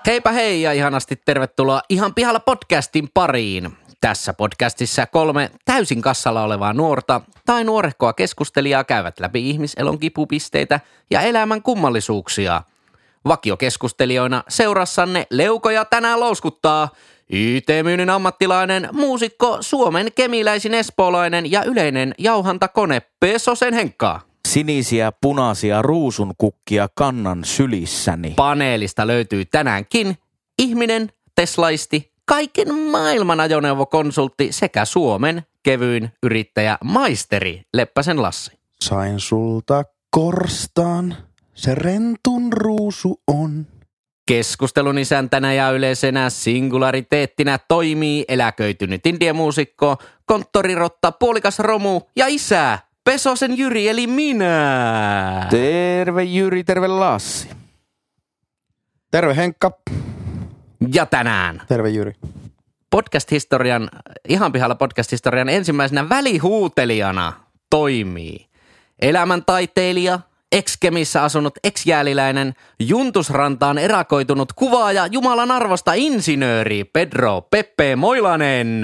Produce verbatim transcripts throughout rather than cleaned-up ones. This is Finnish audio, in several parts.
Heipä hei ja ihanasti tervetuloa Ihan pihalla podcastin pariin. Tässä podcastissa kolme täysin kassalla olevaa nuorta tai nuorehkoa keskustelijaa käyvät läpi ihmiselon kipupisteitä ja elämän kummallisuuksia. Vakiokeskustelijoina seurassanne leukoja tänään louskuttaa I T-myynnin ammattilainen, muusikko, Suomen kemiläisin espoolainen ja yleinen jauhantakone Pesosen Henkka. Sinisiä, punaisia ruusunkukkia kannan sylissäni. Paneelista löytyy tänäänkin ihminen, teslaisti, kaiken maailman ajoneuvokonsultti sekä Suomen kevyin yrittäjä maisteri Leppäsen Lassi. Sain sulta korstaan, se rentun ruusu on. Keskustelun isäntänä ja yleisenä singulariteettinä toimii eläköitynyt indiemuusikko, konttorirotta, puolikas romu ja isä Pesosen Jyri eli minä. Terve Jyri, terve Lassi. Terve Henkka. Ja tänään Terve Jyri. podcast-historian, Ihan pihalla podcast-historian ensimmäisenä välihuutelijana toimii elämäntaiteilija, ex-Kemissä asunut ex-jääliläinen, Juntusrantaan erakoitunut kuvaaja, Jumalan arvosta insinööri Pedro Pepe Moilanen.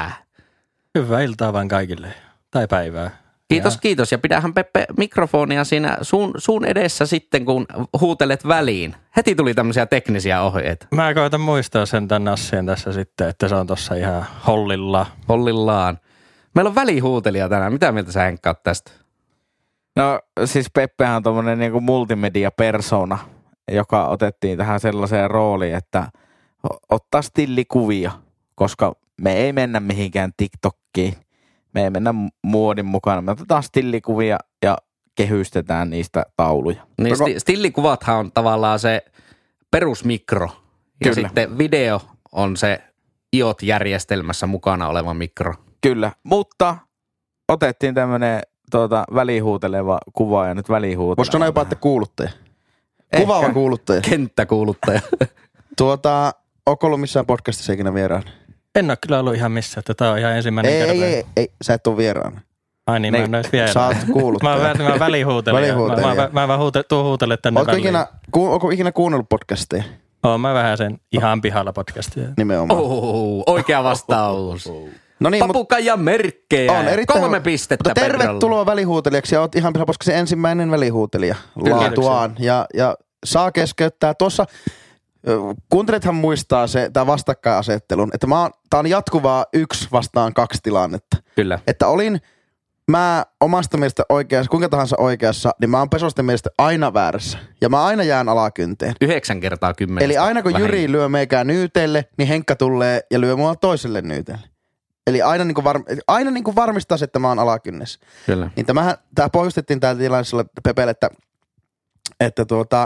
Hyvää iltaa vaan kaikille. Tai päivää. Kiitos, ja. kiitos. Ja pidähän Peppe mikrofonia siinä suun, suun edessä sitten, kun huutelet väliin. Heti tuli tämmöisiä teknisiä ohjeita. Mä koitan muistaa sen tämän Nassien tässä sitten, että se on tossa ihan hollilla. Hollillaan. Meillä on välihuutelija tänään. Mitä mieltä sä Henkka oot tästä? No siis Peppehän on tommonen niinku multimedia-persona, joka otettiin tähän sellaiseen rooliin, että ottaa stillikuvia, koska me ei mennä mihinkään TikTokkiin. Me ei mennä muodin mukana. Me otetaan stillikuvia ja kehystetään niistä tauluja. Niin sti- stillikuvathan on tavallaan se perusmikro. Ja Kyllä. sitten video on se I O T-järjestelmässä mukana oleva mikro. Kyllä, mutta otettiin tämmönen tuota, välihuuteleva kuva ja nyt välihuuteleva. Voisiko sanoa jopa, että kuuluttaja? Kuvaava kuuluttaja. Kenttäkuuluttaja. Tuota, onko ollut missään podcastissa ikinä vieraana? En ole kyllä ollut ihan missään, että tää on ihan ensimmäinen Ei, kerta. ei, ei, ei, sä et ole vieraana. Ai niin, Ne, mä en edes vielä. Sä oot kuuluttaja. Mä oon mä välihuutelija. Välihuutelija. Mä, mä, mä vaan huute, tuun huutele tänne Ootko väliin. ikinä, ku, onko ikinä kuunnellut podcasteja? Oon mä vähän sen Ihan pihalla podcastia. Nimenomaan. Oh, oikea vastaus. No niin, mutta Papukaija merkkejä. on erittäin Kolme hyvä. pistettä Mutta tervetuloa välihuutelijaksi ja oot Ihan pihalla podcastin ensimmäinen välihuutelija laatuaan. Ja, ja saa keskeyttää tuossa. Kuuntelethan muistaa se, tämä vastakkainasettelun, että mä oon, tää on jatkuvaa yksi vastaan kaksi tilannetta. Kyllä. Että olin mä omasta mielestä oikeassa, kuinka tahansa oikeassa, niin mä oon Pesosten mielestä aina väärässä. Ja mä aina jään alakynteen. Yhdeksän kertaa kymmenen. Eli aina kun Jyri lyö meikään nyyteelle, niin Henkka tulee ja lyö mua toiselle nyyteelle. Eli aina, niin kuin var, aina niin kuin varmistaa se, että mä oon alakynnessä. Kyllä. Niin tämähän, tää pohjustettiin täällä tilaisuudella Pepelle, että, että tuota,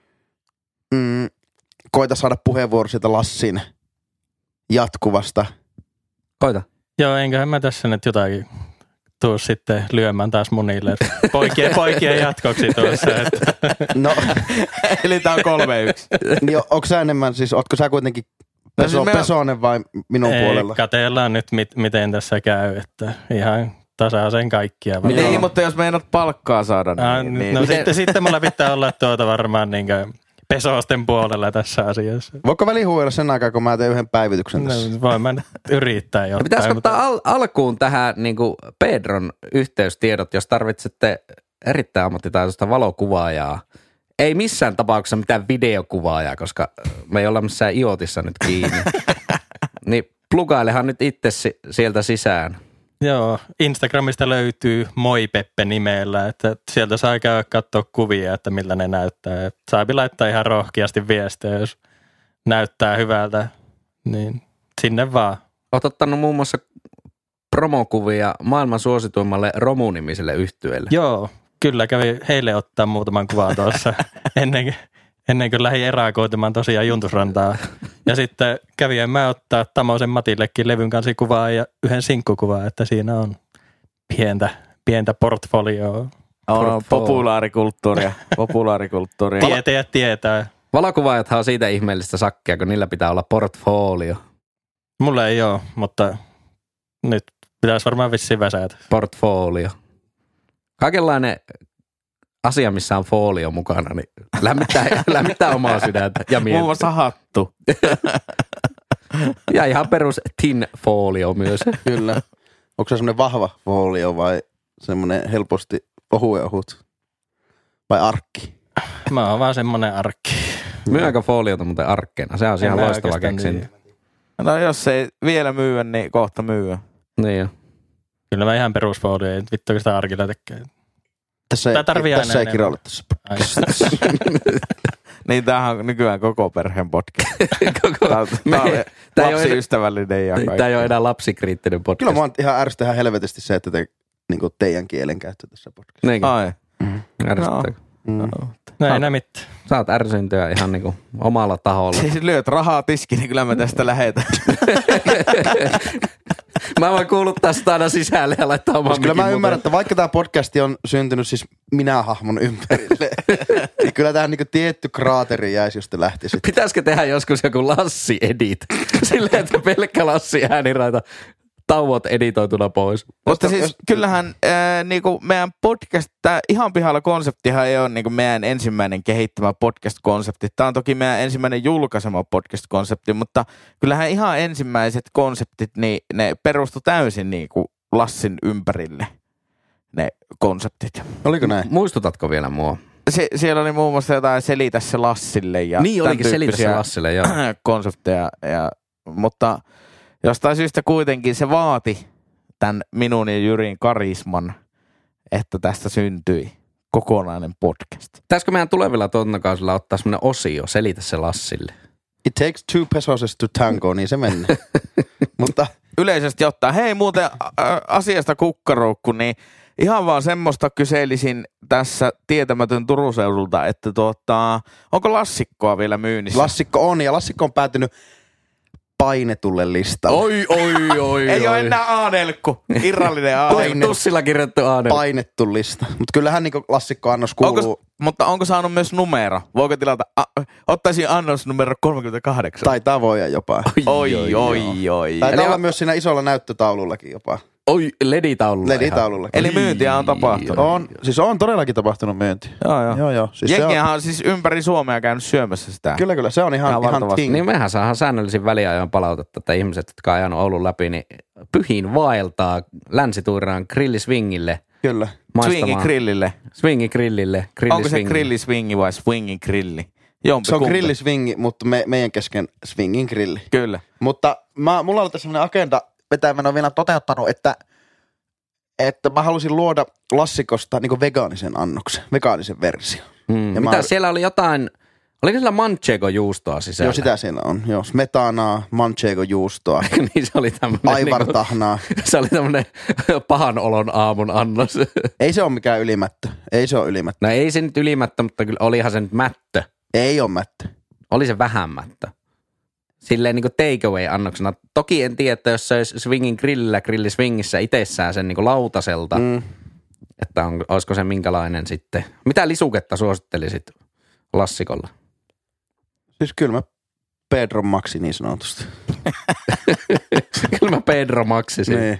mm, koita saada puheenvuoro siitä Lassin jatkuvasta. Koita. Joo, enköhän mä tässä nyt jotakin tuu sitten lyömään taas munille. Poikien, poikien jatkoksi tuossa. Että. No, Eli tää on kolme yksi. niin onko sä enemmän, siis ootko sä kuitenkin No peso, siis me- Pesonen vai minun Ei, puolella? Katellaan nyt, mit, miten tässä käy. Että ihan tasaisen kaikkia. Niin, Joo. mutta jos meinaat palkkaa saada, niin... Ah, niin no miten- sitten, sitten mulla pitää olla tuota varmaan niin Pesosten puolella tässä asiassa. Voiko välihuudella sen aikaa, kun mä teen yhden päivityksen tässä? No, voin mä nyt yrittää Ja jotain. pitäisikö mutta- ottaa al- alkuun tähän niin kuin Pedron yhteystiedot, jos tarvitsette erittäin ammattitaitoista valokuvaajaa. Ei missään tapauksessa mitään videokuvaajaa, koska me ei olla missään I O Tissa nyt kiinni. Niin plugailehan nyt itse si- sieltä sisään. Joo, Instagramista löytyy Moi Peppe nimellä, että sieltä saa käydä katsoa kuvia, että miltä ne näyttää. Et saapi laittaa ihan rohkeasti viestejä, jos näyttää hyvältä, niin sinne vaan. Olet ottanut muun muassa promokuvia maailman suosituimmalle Romu-nimiselle yhtyeelle. Joo, kyllä kävi heille ottaa muutaman kuvan tuossa ennen, kuin- ennen kuin lähdin erakoitumaan tosiaan Juntusrantaa. Ja sitten kävin mä ottaa Tamosen Matillekin levyn kanssa kuvaa ja yhden sinkkukuvaa, että siinä on pientä, pientä portfolioa. On populaarikulttuuria. populaarikulttuuria. Tietäjät tietää. Valokuvaajathan on siitä ihmeellistä sakkia, kun niillä pitää olla portfolio. Mulla ei ole, mutta nyt pitäisi varmaan vissiin väsätä. Portfolio. Kaikenlainen asia, missä on folio mukana, niin lämmittää, lämmittää omaa sydäntä ja mieltä. Muun muassa hattu. Ja ihan perus tin folio myös. Kyllä. Onko se semmoinen vahva folio vai semmoinen helposti ohuen ohut? Vai arkki? Mä oon vaan semmonen arkki. Myydäänkö foliota muuten arkkeena? Se on ihan En mä loistava oikeastaan keksintö. niin. No jos ei vielä myyä, niin kohta myyä. Niin jo. Kyllä mä ihan perusfolio, ei vittu sitä arkilla tekee. Tässä ei, Tää tarvii tässä aina ei enemmän. kiroile tässä. Ai, Niin tämähän on nykyään koko perheen podcast. Koko, Tää, me, tää on tää ei ole enää, lapsiystävällinen ja tää ei ole enää lapsikriittinen podcast. Kyllä mä oon ihan ärsytä ihan helvetisti se, että te, niinku teidän kielenkäyttö tässä podcastissa. Niinkö? Ai. Ärsyttääkö? Mm. no ei enää mitään. Saat ärsyntyä ihan niinku omalla taholla. Siis lyöt rahaa tiskiin, niin kyllä mä tästä lähetän. Mä voin kuuluttaa sitä aina sisälle ja laittaa oman Koska kyllä mä mikin ymmärrän, muuten. että vaikka tämä podcasti on syntynyt siis minä-hahmon ympärille, niin kyllä tähän niinku tietty kraateri jäisi, jos te lähtisit. Pitäisikö tehdä joskus joku Lassi-edit? Silleen, että pelkkä Lassi-ääniraita tauot editoituna pois. Mutta Jos- siis jos- kyllähän ää, niinku meidän podcast, tää ihan pihalla konseptihan ei ole niinku meidän ensimmäinen kehittämä podcast-konsepti. Tämä on toki meidän ensimmäinen julkaisema podcast-konsepti, mutta kyllähän ihan ensimmäiset konseptit, niin ne perustu täysin niinku Lassin ympärille, ne konseptit. Oliko näin? Muistutatko vielä mua? Se, siellä oli muun muassa jotain Selitä se Lassille ja Niin tän olikin, selitä se tyyppisiä Lassille, joo. konsepteja. Ja, mutta jostain syystä kuitenkin se vaati tämän minun ja Jyrin karisman, että tästä syntyi kokonainen podcast. Pitäisikö meidän tulevilla tuotantokausilla ottaa semmoinen osio, selitä se Lassille? It takes two pesos to tango, niin se menee. Mutta Yleisesti ottaen, hei muuten ä, asiasta kukkaroukku, niin ihan vaan semmoista kyselisin tässä tietämätön Turun seudulta, että tuota, onko lassikkoa vielä myynnissä? Lassikko on, ja Lassikko on päätynyt painetulle listalle. Oi, oi, oi, Ei oi. ole enää A-nelkku, irrallinen A-nelkku. Paine- Tussilla kirjoittu Aanel. Painettu lista. Mutta kyllähän niinku Lassikko-annos kuuluu. Onko, mutta onko saanut myös numero? Voiko tilata? A, ottaisin annos numero kolmekymmentäkahdeksan. Tai tavoja jopa. Oi, oi, oi. oi. Taitaa Eli olla on- myös siinä isolla näyttötaulullakin jopa. Oi, leditaululla. Leditaulullakin. Eli myyntiä on tapahtunut. On, siis on todellakin tapahtunut myynti. Joo, joo. Joo, joo. Siis se on, Jengiähän on siis ympäri Suomea käynyt syömässä sitä. kyllä, kyllä. Se on ihan, Ihan ihan, valtavasti. ting. Niin mehän saadaan säännöllisin väliajoin palautetta, että ihmiset, jotka on ajanut Oulun läpi, niin pyhiin vaeltaa Länsi-Tuiraan grilliswingille Kyllä. Swingi maistamaan. grillille. Swingi grillille. Onko se grilliswingi vai swingin grilli? Jompi Se on kumpi. grilliswingi, mutta me, meidän kesken swingin grilli. Kyllä. Mutta mä, mulla oli tässä sellainen agenda, mitä mä en ole vielä toteuttanut, että, että mä halusin luoda Lassikosta niin vegaanisen annoksen, vegaanisen versio. Hmm. Ja Mitä mä- siellä oli jotain, oliko siellä manchego-juustoa sisällä? Joo, sitä siellä on. Joo, smetanaa, manchego-juustoa, niin se oli tämmönen, aivartahnaa. niinku, se oli tämmönen pahan olon aamun annos. Ei se ole mikään ylimättö. Ei se ole ylimättö. No ei se nyt ylimättä, mutta kyllä olihan se nyt mättö. Ei ole mättö. Oli se vähän mättö. Silleen niin kuin takeaway-annoksena. Toki en tiedä, että jos se olisi swingin grillillä, grilliswingissä itsessään sen niin kuin lautaselta, mm. Mm. että on, olisiko se minkälainen sitten. Mitä lisuketta suosittelisit Lassikolla? Siis kyllä mä Pedro Maxi niin sanotusti. Kyllä mä Pedro maksisin. Niin.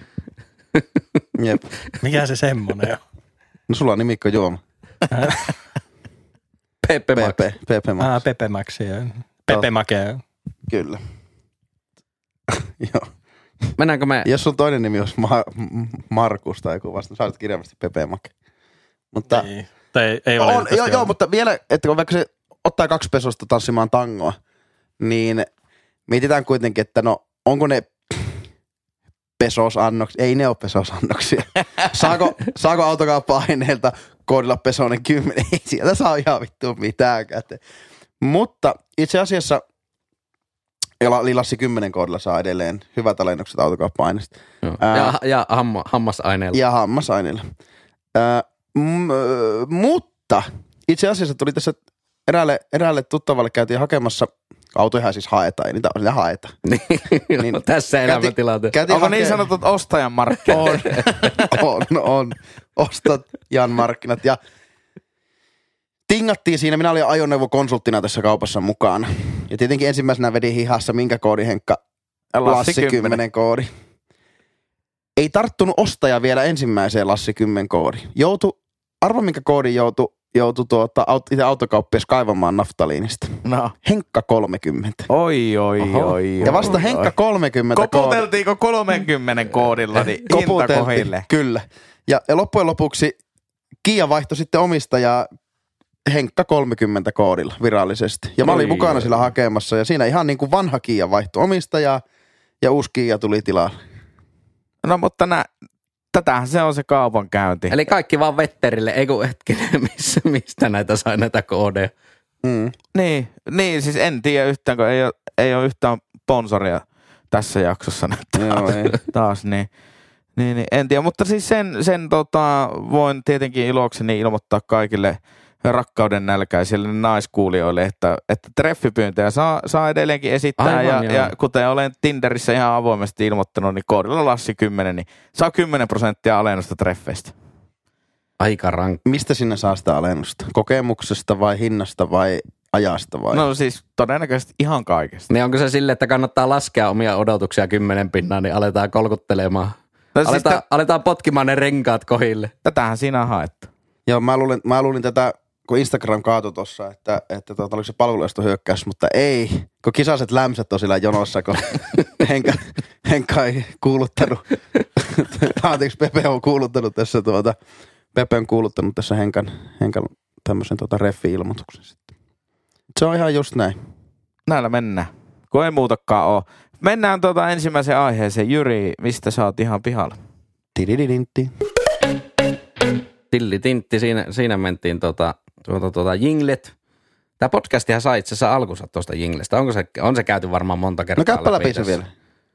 Jep. Mikä se semmonen on? No sulla on nimikko juoma. Pepe Max. Pepe. Pepe Max. Ah, Pepe Maxia. Pepe Makea. Kyllä. Joo. Mennäänkö me? Jos sun toinen nimi olisi Ma- M- Markus tai joku vasta, sä kirjaimesti Pepe Make. Mutta Niin. Tai ei, ei on, valitettavasti joo, joo, ole. mutta vielä, että kun vaikka se ottaa kaksi pesosta tanssimaan tangoa, niin mietitään kuitenkin, että no onko ne pesosannoksia? Ei ne ole pesosannoksia. Saako, saako autokauppa-aineilta koodilla pesonen kymmenen? Ei sieltä saa ihan vittu mitään käteen. Mutta itse asiassa eli Lassi kymmenen koodilla saa edelleen hyvät alennukset autokauppa-aineista. Joo. Ää. Ja, ja hamma, hammasaineella. Ja hammasaineilla. Ää, m- ö, mutta itse asiassa tuli tässä eräälle, eräälle tuttavalle käytiin hakemassa, autojahan siis haetaan, ei niitä, niitä haeta. Niin, Niin. no, tässä elämäntilanteessa. Käytiin Onko niin hake- sanotut ostajan markkinat? On, on, on. Ostat Jan markkinat. Ja tingattiin siinä, minä olin ajoneuvokonsulttina tässä kaupassa mukana. Ja tietenkin ensimmäisenä vedin hihassa, minkä koodi Henkka? Lassi kymmenen koodi. Ei tarttunut ostaja vielä ensimmäiseen Lassi kymmenen koodi. Joutu, arva minkä koodin joutui joutui tuota, itse autokauppias kaivamaan naftaliinista. No. Henkka kolmekymmentä. Oi, oi, oi, oi. Ja vasta oi, Henkka kolmekymmentä. Koputeltiinko kolmenkymmenen koodilla niin hinta kohille? Kyllä. Ja, ja loppujen lopuksi Kia vaihtoi sitten omistajaa Henkka kolmekymmentä koodilla virallisesti. Ja mä olin oi, mukana oi. sillä hakemassa ja siinä ihan niin kuin vanha Kia vaihtoi omistajaa ja uusi Kia tuli tilalle. No mutta nä, tätähän se on se kaupankäynti. Eli kaikki vaan vetterille, ei kun hetkinen, missä, mistä näitä sai näitä koodeja. Mm. Niin, niin, siis en tiedä yhtään, kun ei ole, ei ole yhtään sponsoria tässä jaksossa nyt taas, Joo, taas niin, niin, niin, en tiedä. Mutta siis sen, sen tota, voin tietenkin ilokseni ilmoittaa kaikille rakkauden nälkäisille naiskuulijoille, että, että treffipyyntöjä saa, saa edelleenkin esittää. Aivan, ja, ja kuten olen Tinderissä ihan avoimesti ilmoittanut, niin koodilla Lassi kymmenen, niin saa kymmenen prosenttia alennusta treffeistä. Aika rankka. Mistä sinne saa sitä alennusta? Kokemuksesta vai hinnasta vai ajasta vai? No siis todennäköisesti ihan kaikesta. Niin onko se sille, että kannattaa laskea omia odotuksia kymmenen pinnaa, niin aletaan kolkuttelemaan. No aletaan, siis t- aletaan potkimaan ne renkaat kohille. Tätähän siinä on haettu. Joo, mä luulin, mä luulin tätä, kun Instagram kaatui tossa, että, että tuota, oliko se palveluista hyökkäys, mutta ei. Kun kisaset lämsät on sillä jonossa, kun Henkka, Henkka ei kuuluttanut. Anteeksi, Pepe on kuuluttanut tässä tuota. Pepe on kuuluttanut tässä Henkan, Henkan tämmöisen tuota reffi-ilmoituksen sitten. Se on ihan just näin. Näillä mennään. Kun ei muutakaan ole. Mennään tuota ensimmäiseen aiheeseen. Jyri, mistä sä oot ihan pihalla? Tidididintti. Tillitintti. Siinä, siinä mentiin tuota, tuota, tuota jinglet. Tämä podcastihan sai itse asiassa alkunsa tuosta jinglestä. Onko se, on se käyty varmaan monta kertaa? No käyppä läpi se vielä.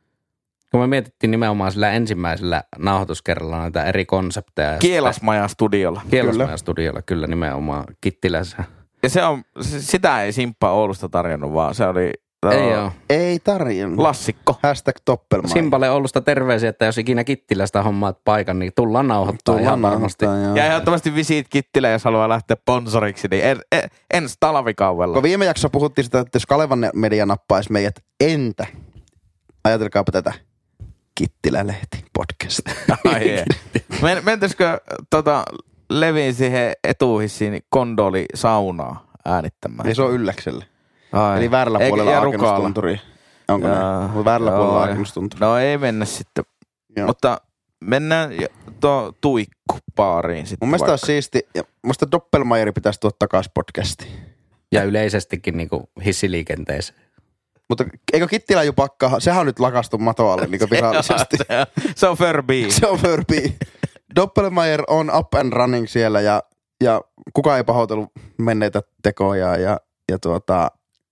Kun me mietittiin nimenomaan sillä ensimmäisellä nauhoituskerralla näitä eri konsepteja. Kielasmaja-studiolla. Kielasmaja-studiolla, kyllä nimenomaan Kittilässä. Ja se on, sitä ei Simppa Oulusta tarjonnut, vaan se oli... Ei oo. Ei tarjonnut. Klassikko. Hashtag Doppelmaja. Simpalle Oulusta terveisiä, että jos ikinä Kittilästä hommaat paikan, niin tullaan nauhoittaa tullaan ihan varmasti. Ja ehdottomasti Visit Kittilä, jos haluaa lähteä sponsoriksi, niin en, en, ensi talvikaudella. Kun viime jaksossa puhuttiin sitä, että jos Kalevan media nappaisi meidät, entä? Ajatelkaapa tätä. Kittilä-lehti podcast. Ai jee. Men, mentäisikö tota, Levin siihen etuhissiin kondoli saunaa äänittämään? Ei se on Ylläkselle. Ai. Eli väärällä puolella Aakennustunturi. Onko näin? Väärällä puolella Aakennustunturi. No ei mennä sitten. Joo. Mutta mennään tuo tuikkupaariin sitten. Mun mielestä on siisti. Ja mun mielestä Doppelmayeri pitäisi tuoda takaisin podcastiin. Ja yleisestikin niin kuin hissiliikenteeseen. Mutta eikö Kittilä Jupakka, sehän on nyt lakastu matoalle niin virallisesti. se, on, se on Furby. Se on Furby. Doppelmayr on up and running siellä ja, ja kukaan ei pahoitellut menneitä tekoja ja, ja, tuota,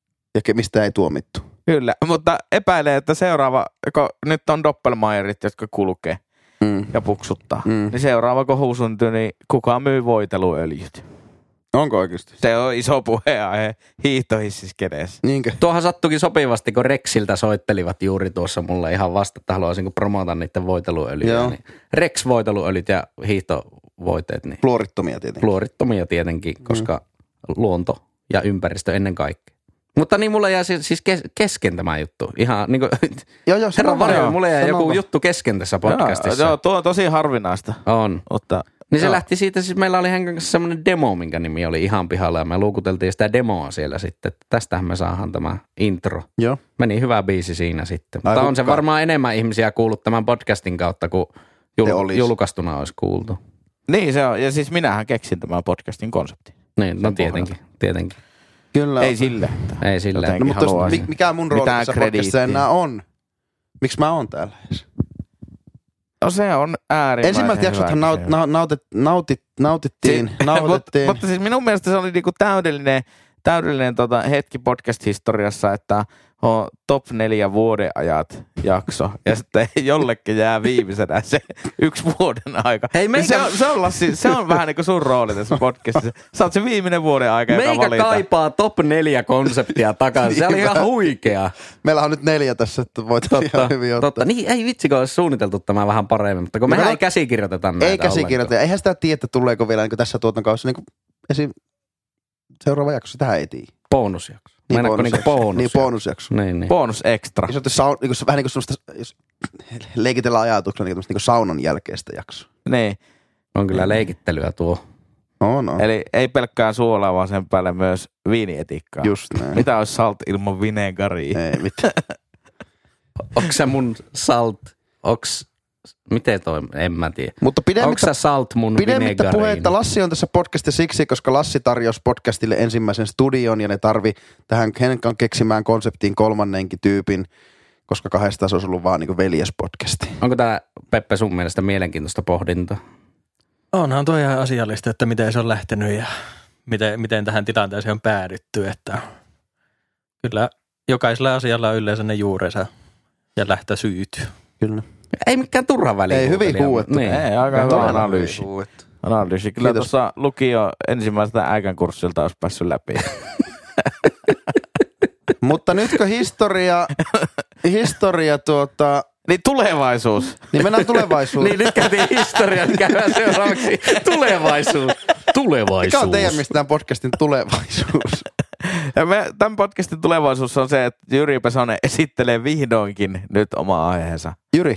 ja mistä ei tuomittu. Kyllä, mutta epäilee, että seuraava, kun nyt on Doppelmayrit, jotka kulkee mm. ja puksuttaa, mm. niin seuraava kun huusuntyy, niin kuka myy voiteluöljyt? Onko oikeasti? Se on iso puheenaihe hiihtohissiskeneessä. Niinkö? Tuohan sattukin sopivasti, kun Rexiltä soittelivat juuri tuossa mulle ihan vasta, että haluaisin promota niiden voiteluöljyjä. Niin Rex-voiteluöljyt ja hiihtovoiteet. Niin fluorittomia tietenkin. Fluorittomia tietenkin, koska mm. luonto ja ympäristö ennen kaikkea. Mutta niin mulla jää siis kesken tämä juttu. Ihan niin kuin, joo, joo, herran varjo, mulla jää joku va. juttu kesken tässä podcastissa. Joo, tuo on tosi harvinaista. On. Mutta niin se joo. lähti siitä, siis meillä oli Henkan kanssa semmoinen demo, minkä nimi oli ihan pihalla ja me luukuteltiin sitä demoa siellä sitten. Tästähän me saadaan tämä intro. Joo. Meni hyvä biisi siinä sitten. Ai, mutta on se varmaan enemmän ihmisiä kuullut tämän podcastin kautta, kuin jul- julkaistuna olisi kuultu. Niin se on, ja siis minähän keksin tämän podcastin konseptin. Niin, no tietenkin, tietenkin. Kyllä. Ei sille. Ei sille. No, mutta jos, mikä mun rooli tässä podcastissa enää on? Miksi mä oon täällä edes? No se on äärimmäisen ensimmäiset jaksothan naut, na, nautit, nautit, nautittiin, si- nautettiin. Mutta siis minun mielestä se oli niinku täydellinen, täydellinen tota hetki podcast-historiassa, että on top neljä vuodenajat jakso ja sitten jollekin jää viimeisenä se yksi vuoden aika. Hei, meikä... se, on, se, on, Lassi, se on vähän niin kuin sun rooli tässä podcastissa. Sä oot se viimeinen vuoden aika, joka meikä valita. Kaipaa top neljä konseptia takaisin. Se oli ihan huikea. Meillä on nyt neljä tässä, että voit ihan hyvin ottaa. Totta. Niin, ei vitsi, kun olisi suunniteltu tämä vähän paremmin, mutta kun mehän ei käsikirjoiteta näitä ei käsikirjoiteta. Eihän sitä tiedä, että tuleeko vielä niin tässä tuotantokaudessa niin esim. Seuraava jakso. Tähän ei tiedä. Bonusjakso. Niin, bonusjakso. Niinku bonus niin, bonusjakso. Niin, niin. Bonus extra. Jos saun, niin kuin, vähän niin kuin semmoista, jos leikitellään ajatuksella, niin kuin saunan jälkeistä jaksoa. Niin. On kyllä leikittelyä tuo. On, on. Eli ei pelkkää suolaa, vaan sen päälle myös viinietikkaa. Just näin. Mitä olisi salt ilman vinegaria? Ei mitään. Onko se mun salt, onks, miten toi, en mä tiedä. Mutta Onko pidemmittä, sä salt mun pidemmittä vinegariin? puhetta, Lassi on tässä podcastissa siksi, koska Lassi tarjosi podcastille ensimmäisen studion ja ne tarvi tähän Henkan keksimään konseptiin kolmannenkin tyypin, koska kahdesta se olisi ollut vaan niin veljespodcasti. Onko tää, Peppe, sun mielestä mielenkiintoista pohdintaa? Onhan tuo ihan asiallista, että miten se on lähtenyt ja miten, miten tähän tilanteeseen on päädytty. Että kyllä jokaisella asialla on yleensä ne juurensa ja lähtösyyt. Kyllä. Ei mikään turha väliin. Ei, hyvin huuettu. Niin. Ei, aika hyvä Todella analyysi. hyvin huuettu. Analyysi. Kyllä Kiitos. tuossa lukio ensimmäiseltä äikän kurssilta olisi päässyt läpi. Mutta nytkö historia, historia tuota, Niin tulevaisuus. niin mennään tulevaisuuteen. Niin, nyt käytiin historian, niin käydään seuraavaksi tulevaisuus. Tulevaisuus. Mikä on teidän mielestä tämän podcastin tulevaisuus? Ja me, tämän podcastin tulevaisuus on se, että Jyri Pesonen esittelee vihdoinkin nyt oma aiheensa. Jyri.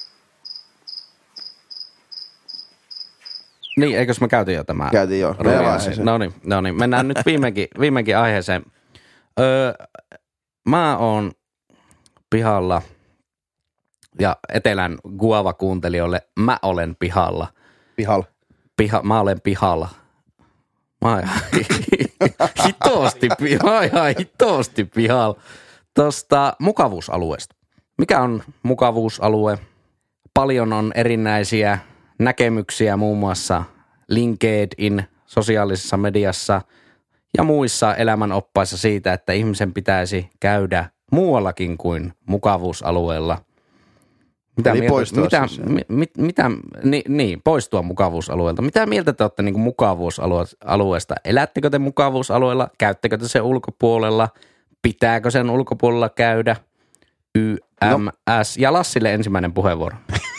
Niin, eikös me käytiin jo tämä? Käytiin jo. Ruoasi. No niin, no niin. Mennään nyt viimeinkin, viimeinkin aiheeseen. Öö, mä oon pihalla ja Etelän Guava-kuuntelijoille mä olen pihalla. Pihalla. Piha, mä olen pihalla. Mä oon ihan hitosti, mä oon ihan hitosti pihalla. Tuosta mukavuusalueesta. Mikä on mukavuusalue? Paljon on erinäisiä näkemyksiä muun muassa LinkedIn, sosiaalisessa mediassa ja muissa elämänoppaissa siitä, että ihmisen pitäisi käydä muuallakin kuin mukavuusalueella. Mitä Eli mieltä, poistua mitä, siis. mi, mit, mitä, ni, niin, poistua mukavuusalueelta. Mitä mieltä te olette niin kuin mukavuusalueesta? Elättekö te mukavuusalueella? Käyttekö te sen ulkopuolella? Pitääkö sen ulkopuolella käydä? Y, M, S. Ja Lassille ensimmäinen puheenvuoro.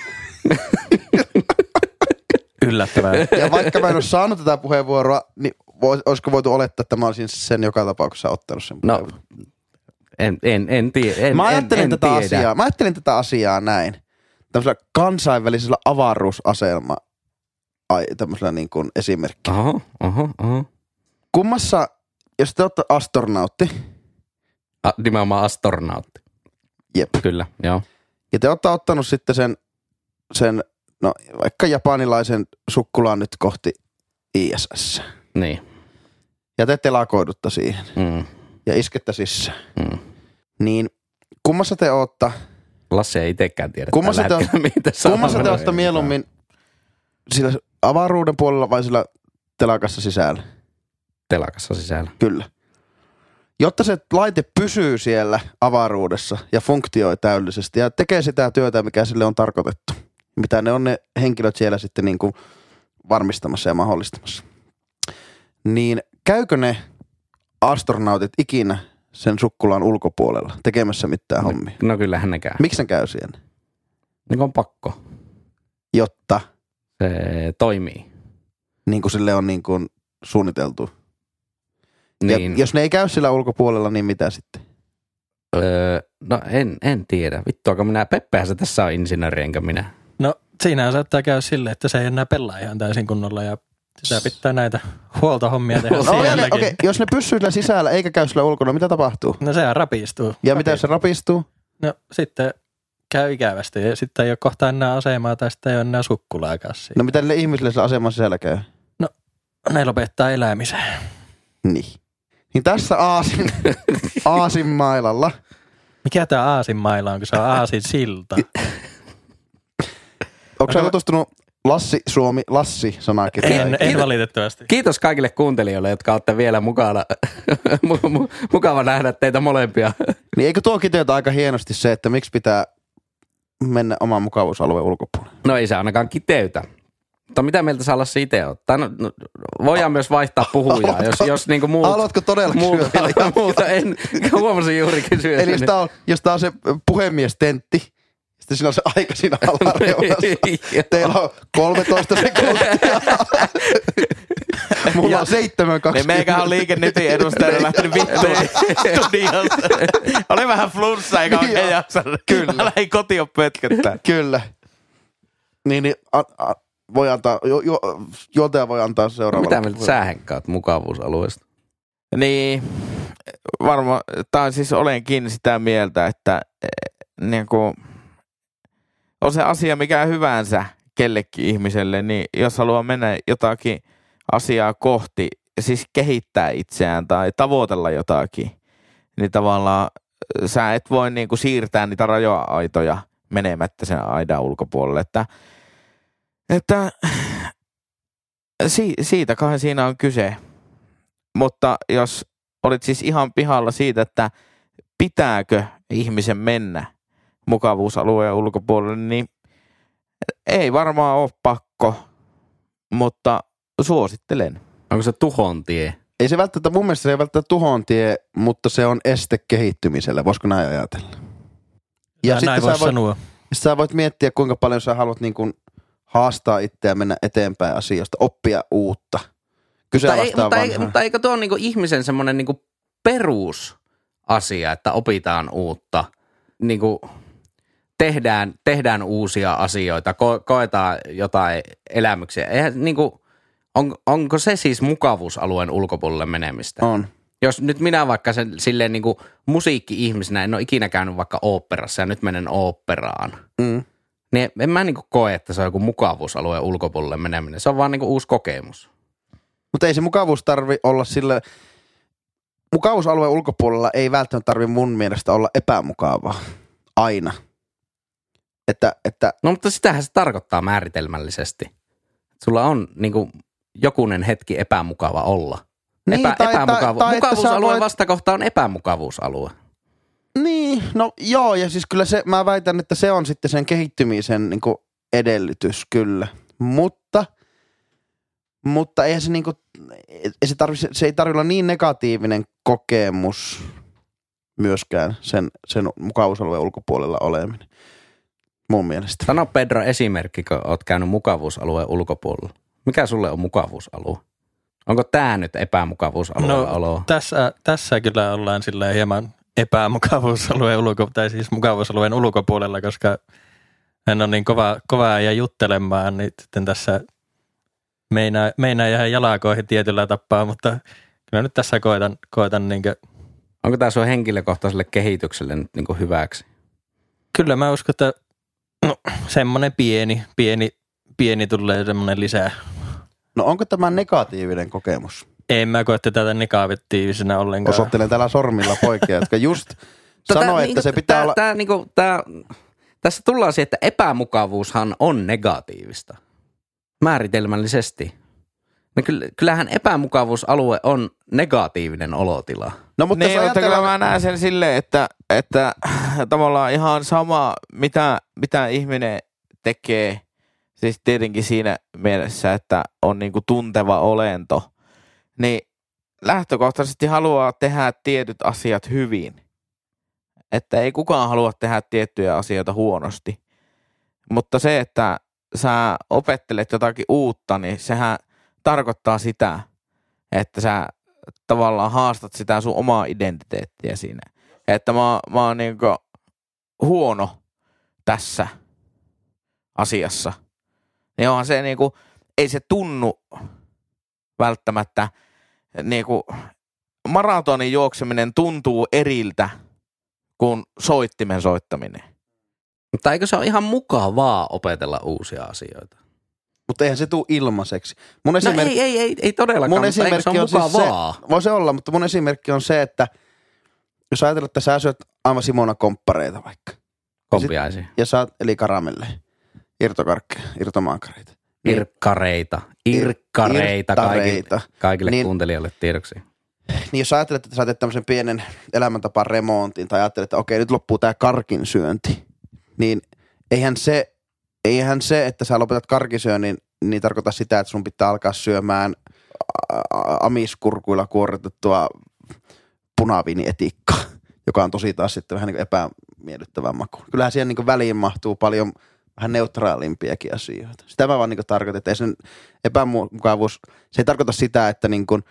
Yllättävää. Ja vaikka mä en ole saanut tätä puheenvuoroa, niin vois, olisiko voitu olettaa, että mä olisin sen joka tapauksessa ottanut sen No, puheenvuoron? en, en, en, tie, en, Mä ajattelin, en, en tätä tiedä. asiaa, mä ajattelin tätä asiaa näin. Tämmöisellä kansainvälisellä avaruusaselma ai, tämmöisellä niin kuin esimerkki. Oho, oho, oho. Kummassa, jos te olette astronautti, A, nimenomaan astronautti. jep, Kyllä, joo. ja te olette ottanut sitten sen, sen no vaikka japanilaisen sukkulaan nyt kohti I S S. Niin. Ja te telakoidutta siihen Mm, ja iskettä sisään. mm. Niin kummassa te ootte, Lassi ei itsekään tiedä Kummassa tällä te hetkellä, mihin tässä on kummassa te menossa. ootte mieluummin sillä avaruuden puolella vai sillä telakassa sisällä? Telakassa sisällä. Kyllä. Jotta se laite pysyy siellä avaruudessa ja funktioi täydellisesti ja tekee sitä työtä, mikä sille on tarkoitettu. Mitä ne on ne henkilöt siellä sitten niin kuin varmistamassa ja mahdollistamassa. Niin käykö ne astronautit ikinä sen sukkulan ulkopuolella tekemässä mitään hommia? No kyllähän ne käy. Miksi ne käy siellä? Niin on pakko. Jotta Se toimii. niin kuin sille on niin kuin suunniteltu. Niin. Ja jos ne ei käy sillä ulkopuolella, niin mitä sitten? Öö, no en, en tiedä. Vittuako minä, Peppehän se tässä on insinööri, enkä minä. No siinähän saattaa käydä silleen, että se ei enää pelaa ihan täysin kunnolla ja sitä pitää näitä huoltohommia tehdä No, okei, sielläkin. okay, jos ne pysyy sillä sisällä eikä käy sillä ulkona, mitä tapahtuu? No sehän rapistuu. Ja mitä jos se rapistuu? No sitten käy ikävästi ja sitten ei ole kohta enää asemaa tai sitten ei ole enää sukkulaakaan siinä. No mitä niille ihmisille sillä aseman sisällä käy? Ne lopettaa elämisen. Niin. Niin tässä Aasin, Aasin mailalla. Mikä tää Aasin maila on, kun se on Aasin silta? Onko sä tutustunut Lassi Suomi, Lassi sanakirjaan? En, en valitettavasti. Kiitos kaikille kuuntelijoille, jotka olette vielä mukana. Mu- mu- Mukava nähdä teitä molempia. Niin eikö tuo kiteytä aika hienosti se, että miksi pitää mennä oman mukavuusalueen ulkopuolelle? No ei se ainakaan kiteytä. Mutta mitä mieltä saa olla siitä ottaa? No, no, voidaan myös vaihtaa puhujaa, jos, jos niinku muut... Haluatko todella muuta, kysyä vielä? muuta en, huomasin juuri kysyä. Eli jos tää on, jos tää on se puhemies-tentti, sitten siinä on se aika siinä alareunassa. Teillä on kolmetoista sekuntia. Mulla on seitsemän Niin kaksikymmentä. meikähän on Liike Nytin edustajana lähtenyt vittuun studiosta. Oli vähän flunssa eikä oikein Joo, jaksanut. kyllä. Mä lähdin kotiin pötköttää. Kyllä. Niin, niin a, a, voi antaa, jo, jo, juontaja voi antaa seuraavalla. No mitä mieltä sä Henkka mukavuusalueesta? Niin, varmaan, tai siis olenkin sitä mieltä, että niin kuin, on se asia mikä hyvänsä kellekin ihmiselle, niin jos haluaa mennä jotakin asiaa kohti, siis kehittää itseään tai tavoitella jotakin, niin tavallaan sä et voi niin kuin siirtää niitä raja-aitoja menemättä sen aidan ulkopuolelle, että, että si, siitä kai siinä on kyse. Mutta jos olit siis ihan pihalla siitä, että pitääkö ihmisen mennä mukavuusalueen ulkopuolelle, niin ei varmaan ole pakko, mutta suosittelen. Onko se tuhon tie? Ei se välttämättä, mun mielestä se ei välttämättä tuhon tie, mutta se on este kehittymiselle. Voisiko näin ajatella? Ja, ja näin voisi sanoa. Sä voit miettiä, kuinka paljon sä haluat niin kuin haastaa itseä, mennä eteenpäin asioista, oppia uutta. Mutta, ei, mutta, ei, mutta eikö tuo on niinku ihmisen semmoinen niinku perusasia, että opitaan uutta, niinku tehdään, tehdään uusia asioita, ko, koetaan jotain elämyksiä. Eihän, niinku, on, onko se siis mukavuusalueen ulkopuolelle menemistä? On. Jos nyt minä vaikka sen, silleen niinku musiikki-ihmisenä en ole ikinä käynyt vaikka oopperassa ja nyt menen oopperaan, mm. niin en mä niinku koe, että se on joku mukavuusalueen ulkopuolelle meneminen. Se on vaan niinku uusi kokemus. Mutta ei se mukavuus tarvi olla sille, mukavuusalueen ulkopuolella ei välttämättä tarvi mun mielestä olla epämukavaa. Aina. Että, että no mutta sitähän se tarkoittaa määritelmällisesti. Sulla on niinku jokunen hetki epämukava olla. Niin, Epä, tai, epämukavu- tai, tai mukavuusalueen voit... vastakohta on epämukavuusalue. Niin, no joo, ja siis kyllä se, mä väitän, että se on sitten sen kehittymisen niin kuin edellytys kyllä. Mutta, mutta eihän se, niin kuin, ei se, tarvi, se ei tarvitse olla niin negatiivinen kokemus myöskään sen, sen mukavuusalueen ulkopuolella oleminen. Mun mielestä. Sano Pedro esimerkki, kun oot käynyt mukavuusalueen ulkopuolella. Mikä sulle on mukavuusalue? Onko tää nyt epämukavuusalueella no, oloa? Tässä, tässä kyllä ollaan silleen hieman epämukavuusalueen ulko, tai siis mukavuusalueen ulkopuolella, koska en ole niin kova, kovaa ja juttelemaan, niin sitten tässä meinaa, meinaa jäädä jalakoihin tietyllä tapaa, mutta kyllä nyt tässä koitan, koitan niin kuin... Onko tämä sun henkilökohtaiselle kehitykselle nyt niin kuin hyväksi? Kyllä mä uskon, että no, semmoinen pieni, pieni, pieni tulee semmoinen lisää. No onko tämä negatiivinen kokemus? En mä koe tätä negatiivisena ollenkaan. Osoittelen täällä sormilla poikia, jotka just sanoo, että niinku, se pitää tää, olla... Tää, niinku, tää, tässä tullaan siihen, että epämukavuushan on negatiivista. Määritelmällisesti. No kyllähän epämukavuusalue on negatiivinen olotila. No mutta niin, mutta kyllä mä näen sen silleen, että, että tavallaan ihan sama, mitä, mitä ihminen tekee, siis tietenkin siinä mielessä, että on niinku tunteva olento, niin lähtökohtaisesti haluaa tehdä tietyt asiat hyvin. Että ei kukaan halua tehdä tiettyjä asioita huonosti. Mutta se, että sä opettelet jotakin uutta, niin sehän tarkoittaa sitä, että sä tavallaan haastat sitä sun omaa identiteettiä siinä. Että mä, mä oon niinku huono tässä asiassa. Niin onhan se niinku, ei se tunnu välttämättä niinku, maratonin juokseminen tuntuu eriltä kuin soittimen soittaminen. Mutta eikö se ole ihan mukavaa opetella uusia asioita? Mutta eihän se tule ilmaiseksi. Mun no esimerkki, ei, ei, ei, ei todellakaan, mun mutta esimerkki eikö se ole on mukavaa? Siis se, voi se olla, mutta mun esimerkki on se, että jos ajatellaan, että sä syöt aivan Simona komppareita vaikka. Kompiaisia. Ja saat, eli karamelleja, irtokarkkeja, irtomaankareita. Niin, Irkkareita, irkkareita kaikille, kaikille niin, kuuntelijoille tiedoksi. Niin jos ajattelet, että sä teet tämmöisen pienen elämäntapaan remontin tai ajattelet, että okei, nyt loppuu tää karkin syönti, niin eihän se, eihän se, että sä lopetat karkisyönnin, niin tarkoita sitä, että sun pitää alkaa syömään amiskurkuilla kuoritettua punaviinietikkaa, joka on tosi taas sitten vähän niin kuin epämiellyttävän makuun. Kyllähän siihen niin kuin väliin mahtuu paljon vähän neutraalimpiakin asioita. Sitä mä vaan niin kuin tarkoitan, että ei sen epämukavuus, se ei tarkoita sitä, että niin kuin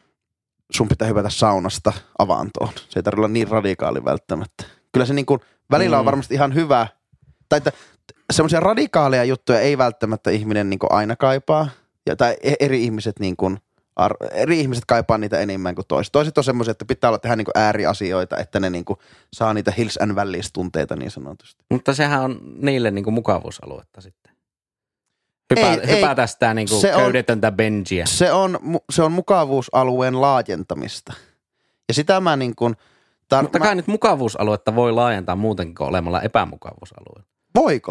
sun pitää hypätä saunasta avantoon. Se ei tarvitse olla niin radikaali välttämättä. Kyllä se niin kuin välillä on varmasti ihan hyvä, tai että semmoisia radikaaleja juttuja ei välttämättä ihminen niin kuin aina kaipaa. Ja, tai eri ihmiset, niin kuin, ar, eri ihmiset kaipaa niitä enemmän kuin toiset. Toiset on semmoisia, että pitää olla tehdä niin kuin ääriasioita, että ne niin kuin saa niitä Hills and Valleys -tunteita niin sanotusti. Mutta sehän on niille niin kuin mukavuusaluetta sitten. Hypä, ei, hypätä ei, sitä niin kuin köydetöntä benjiä. Se on, se on mukavuusalueen laajentamista. Ja sitä mä niin kuin... Tar- Mutta kai mä... nyt mukavuusaluetta voi laajentaa muutenkin kuin olemalla epämukavuusalueella. Voiko?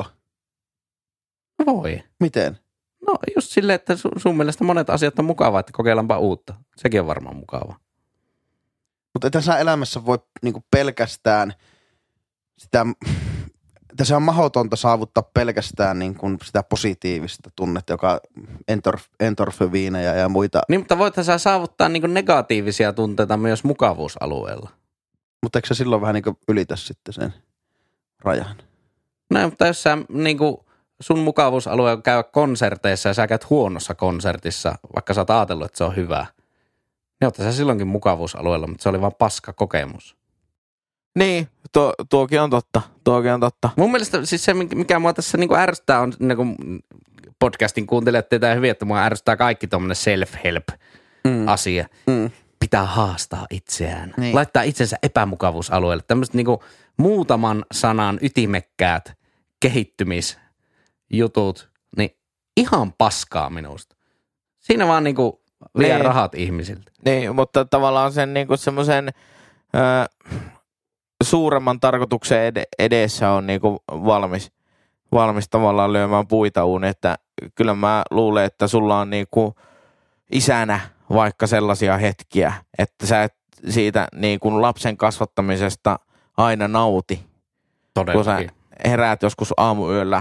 Voi. Miten? No just silleen, että sun, sun mielestä monet asiat on mukavaa, että kokeillaanpa uutta. Sekin on varmaan mukavaa. Mutta tässä elämässä voi niinku pelkästään sitä, tässä on mahdotonta saavuttaa pelkästään niinku sitä positiivista tunnetta, joka entorf, endorfiineja ja muita. Niin, mutta voithan sä saavuttaa niinku negatiivisia tunteita myös mukavuusalueella. Mutta eikö sä silloin vähän niinku ylitä sitten sen rajan? No, mutta jos sä niinku... sun mukavuusalue on käydä konserteissa ja sä käyt huonossa konsertissa, vaikka sä oot ajatellut, että se on hyvä. Niin ootko sä silloinkin mukavuusalueella, mutta se oli vaan paska kokemus. Niin, tuo, tuokin on totta, tuokin on totta. Mun mielestä siis se, mikä mua tässä niinku ärsyttää on, niin kuin podcastin kuuntelijat tietää hyvin, että mua ärsyttää kaikki tommonen self-help-asia. Mm. Mm. Pitää haastaa itseään. Niin. Laittaa itsensä epämukavuusalueelle. Tämmöiset niinku muutaman sanan ytimekkäät kehittymis jutut, niin ihan paskaa minusta. Siinä vaan niinku vie niin. rahat ihmisiltä. Niin, mutta tavallaan sen niinku semmoisen ö, suuremman tarkoituksen ed- edessä on niinku valmis, valmis tavallaan lyömään puita uuni, että kyllä mä luulen, että sulla on niinku isänä vaikka sellaisia hetkiä, että sä et siitä niinku lapsen kasvattamisesta aina nauti. Todellakin. Kun sä heräät joskus aamuyöllä.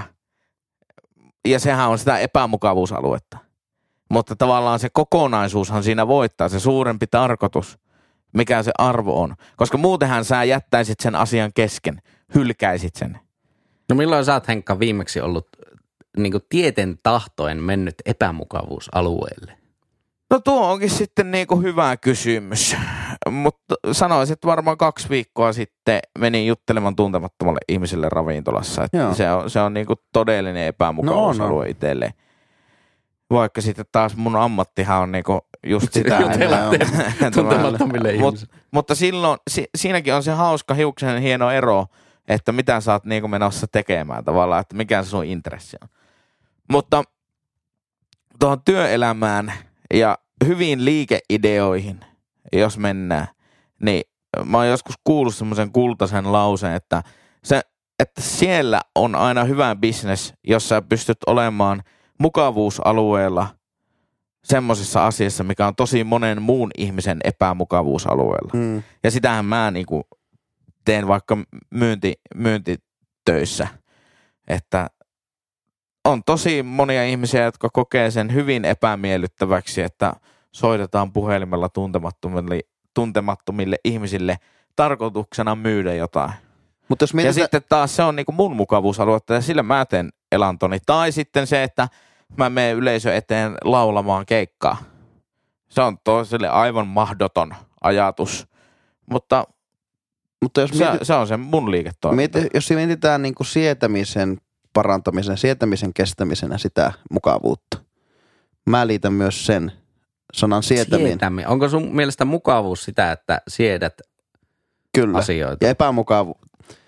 Ja sehän on sitä epämukavuusaluetta. Mutta tavallaan se kokonaisuushan siinä voittaa, se suurempi tarkoitus, mikä se arvo on. Koska muutenhan sä jättäisit sen asian kesken, hylkäisit sen. No milloin sä oot, Henkka, viimeksi ollut niin kuin tieten tahtoen mennyt epämukavuusalueelle? No tuo onkin sitten niinku hyvä kysymys. Mutta sanoisin, että varmaan kaksi viikkoa sitten menin juttelemaan tuntemattomalle ihmiselle ravintolassa. Että se on, se on niinku todellinen epämukavuusalue no, no. itselleen. Vaikka sitten taas mun ammattihan on niinku just sitä. Tuntemattomille ihmisille. Mut, mutta silloin, si, siinäkin on se hauska hiuksen hieno ero, että mitä sä oot niinku menossa tekemään tavallaan, että mikä se sun intressi on. Mutta tuohon työelämään ja hyviin liikeideoihin, jos mennään, niin mä oon joskus kuullut semmoisen kultaisen lauseen, että, se, että siellä on aina hyvä business, jos sä pystyt olemaan mukavuusalueella semmoisessa asiassa, mikä on tosi monen muun ihmisen epämukavuusalueella. Mm. Ja sitähän mä niinku teen vaikka myynti, myyntitöissä, että on tosi monia ihmisiä, jotka kokee sen hyvin epämiellyttäväksi, että soitetaan puhelimella tuntemattomille, tuntemattomille ihmisille tarkoituksena myydä jotain. Mut jos mietitään... Ja sitten taas se on niinku mun mukavuusaluetta ja sillä mä teen elantoni. Tai sitten se, että mä menen yleisö eteen laulamaan keikkaa. Se on toiselle aivan mahdoton ajatus, mutta, mutta jos se, mieti... se on se mun liiketoiminta. Mieti, jos mietitään niinku sietämisen parantamisen, sietämisen kestämisenä sitä mukavuutta. Mä liitän myös sen sanan sietäminen. Sietäminen. Onko sun mielestä mukavuus sitä, että siedät Kyllä. asioita? Ja epämukavuus.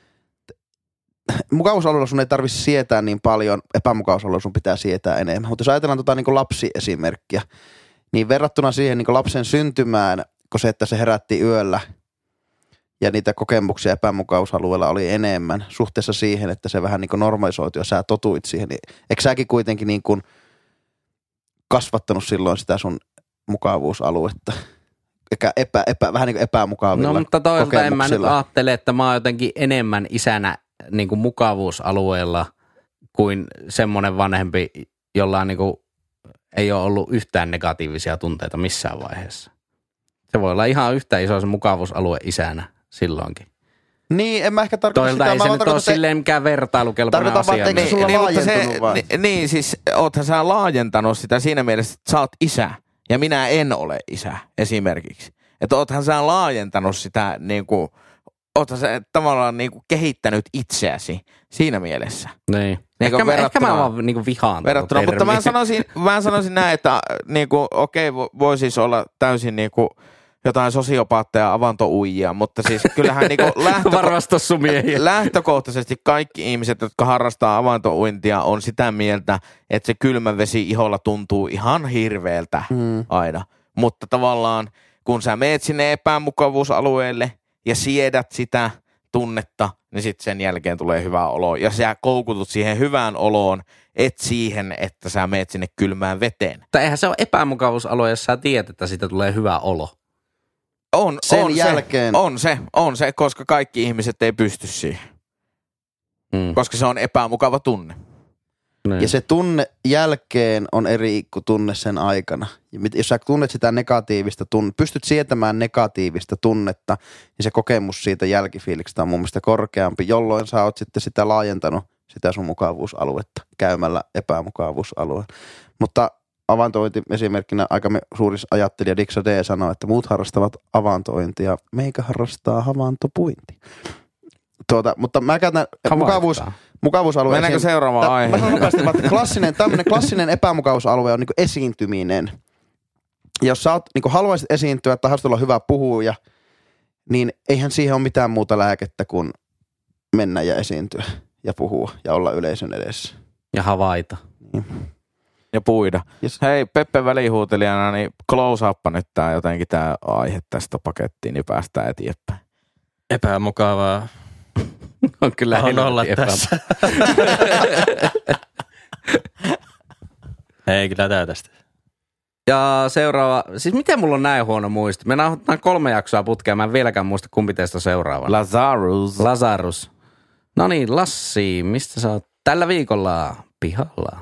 Mukavuusalueella sun ei tarvitse sietää niin paljon, epämukavuusalueella sun pitää sietää enemmän. Mutta jos ajatellaan tota niin lapsiesimerkkiä, niin verrattuna siihen niin lapsen syntymään, kun se, että se herätti yöllä ja niitä kokemuksia epämukavuusalueella oli enemmän suhteessa siihen, että se vähän niin kuin normalisoitu ja sä totuit siihen. Niin eikö säkin kuitenkin niin kuin kasvattanut silloin sitä sun mukavuusaluetta? Eikä epä, epä, vähän niin kuin epämukavilla No mutta toisaalta en mä nyt ajattele, että mä oon jotenkin enemmän isänä niin kuin mukavuusalueella kuin semmoinen vanhempi, jolla niin kuin ei ole ollut yhtään negatiivisia tunteita missään vaiheessa. Se voi olla ihan yhtä iso se mukavuusalue isänä silloinkin. Niin, en mä ehkä tarkoita sitä. Toilta ei se nyt ole silleen mikään vertailukelpoinen asia. Tarkoitan vaan, että sulla niin, laajentunut se, vai? Niin, niin, siis oothan sä laajentanut sitä siinä mielessä, että sä oot isä ja minä en ole isä esimerkiksi. Että oothan sä laajentanut sitä niin kuin oothan sä tavallaan niinku kehittänyt itseäsi siinä mielessä. Niin. Niin Ehkä, mä, ehkä mä vaan niinku vihaan. Verrattuna, mutta mä sanoisin, mä sanoisin näin, että niinku, okei, okay, voi siis olla täysin niinku jotain sosiopaatteja, avantouijia, mutta siis kyllähän niinku lähtöko- lähtökohtaisesti kaikki ihmiset, jotka harrastaa avantouintia, on sitä mieltä, että se kylmä vesi iholla tuntuu ihan hirveältä mm. aina. Mutta tavallaan, kun sä meet sinne epämukavuusalueelle ja siedät sitä tunnetta, niin sitten sen jälkeen tulee hyvä olo. Ja sä koukutut siihen hyvään oloon, et siihen, että sä meet sinne kylmään veteen. Tai eihän se ole epämukavuusalue, jos sä tiedät, että siitä tulee hyvä olo. On, sen on jälkeen. Se, on se, on se, koska kaikki ihmiset ei pysty siihen. Mm. Koska se on epämukava tunne. Niin. Ja se tunne jälkeen on eri kuin tunne sen aikana. Ja jos sä tunnet sitä negatiivista tunnetta, pystyt sietämään negatiivista tunnetta, niin se kokemus siitä jälkifiiliksestä on mun mielestä korkeampi, jolloin sä oot sitten sitä laajentanut sitä sun mukavuusaluetta käymällä epämukavuusalueen. Mutta avantointi esimerkkinä aika suuri ajattelija Diksa D sanoi, että muut harrastavat avantointia, meikä harrastaa havaintopuintia. Tuota, mutta mä käytän mukavuus, mukavuusalue. Mennäänkö seuraavaan aiheeseen? Mä sanon nopeasti, että klassinen, tämmöinen klassinen epämukavuusalue on niin kuin esiintyminen. Jos sä oot, niin kuin haluaisit esiintyä tai haluaisit olla hyvä puhuja, niin eihän siihen ole mitään muuta lääkettä kuin mennä ja esiintyä ja puhua ja olla yleisön edessä. Ja havaita. Niin. Ja puida. Yes. Hei, Peppe välihuutelijana, niin close up nyt tää jotenkin tää aihe tästä pakettiin, niin päästään eteenpäin. Epämukavaa. On kyllä on olla tässä. Ei kyllä tää tästä. Ja seuraava, siis miten mulla on näin huono muisti? Me nauhoitetaan kolme jaksoa putkeen, mä en vieläkään muista kumpi teistä on seuraava. Lazarus. Lazarus. No niin, Lassi, mistä sä oot tällä viikolla pihalla?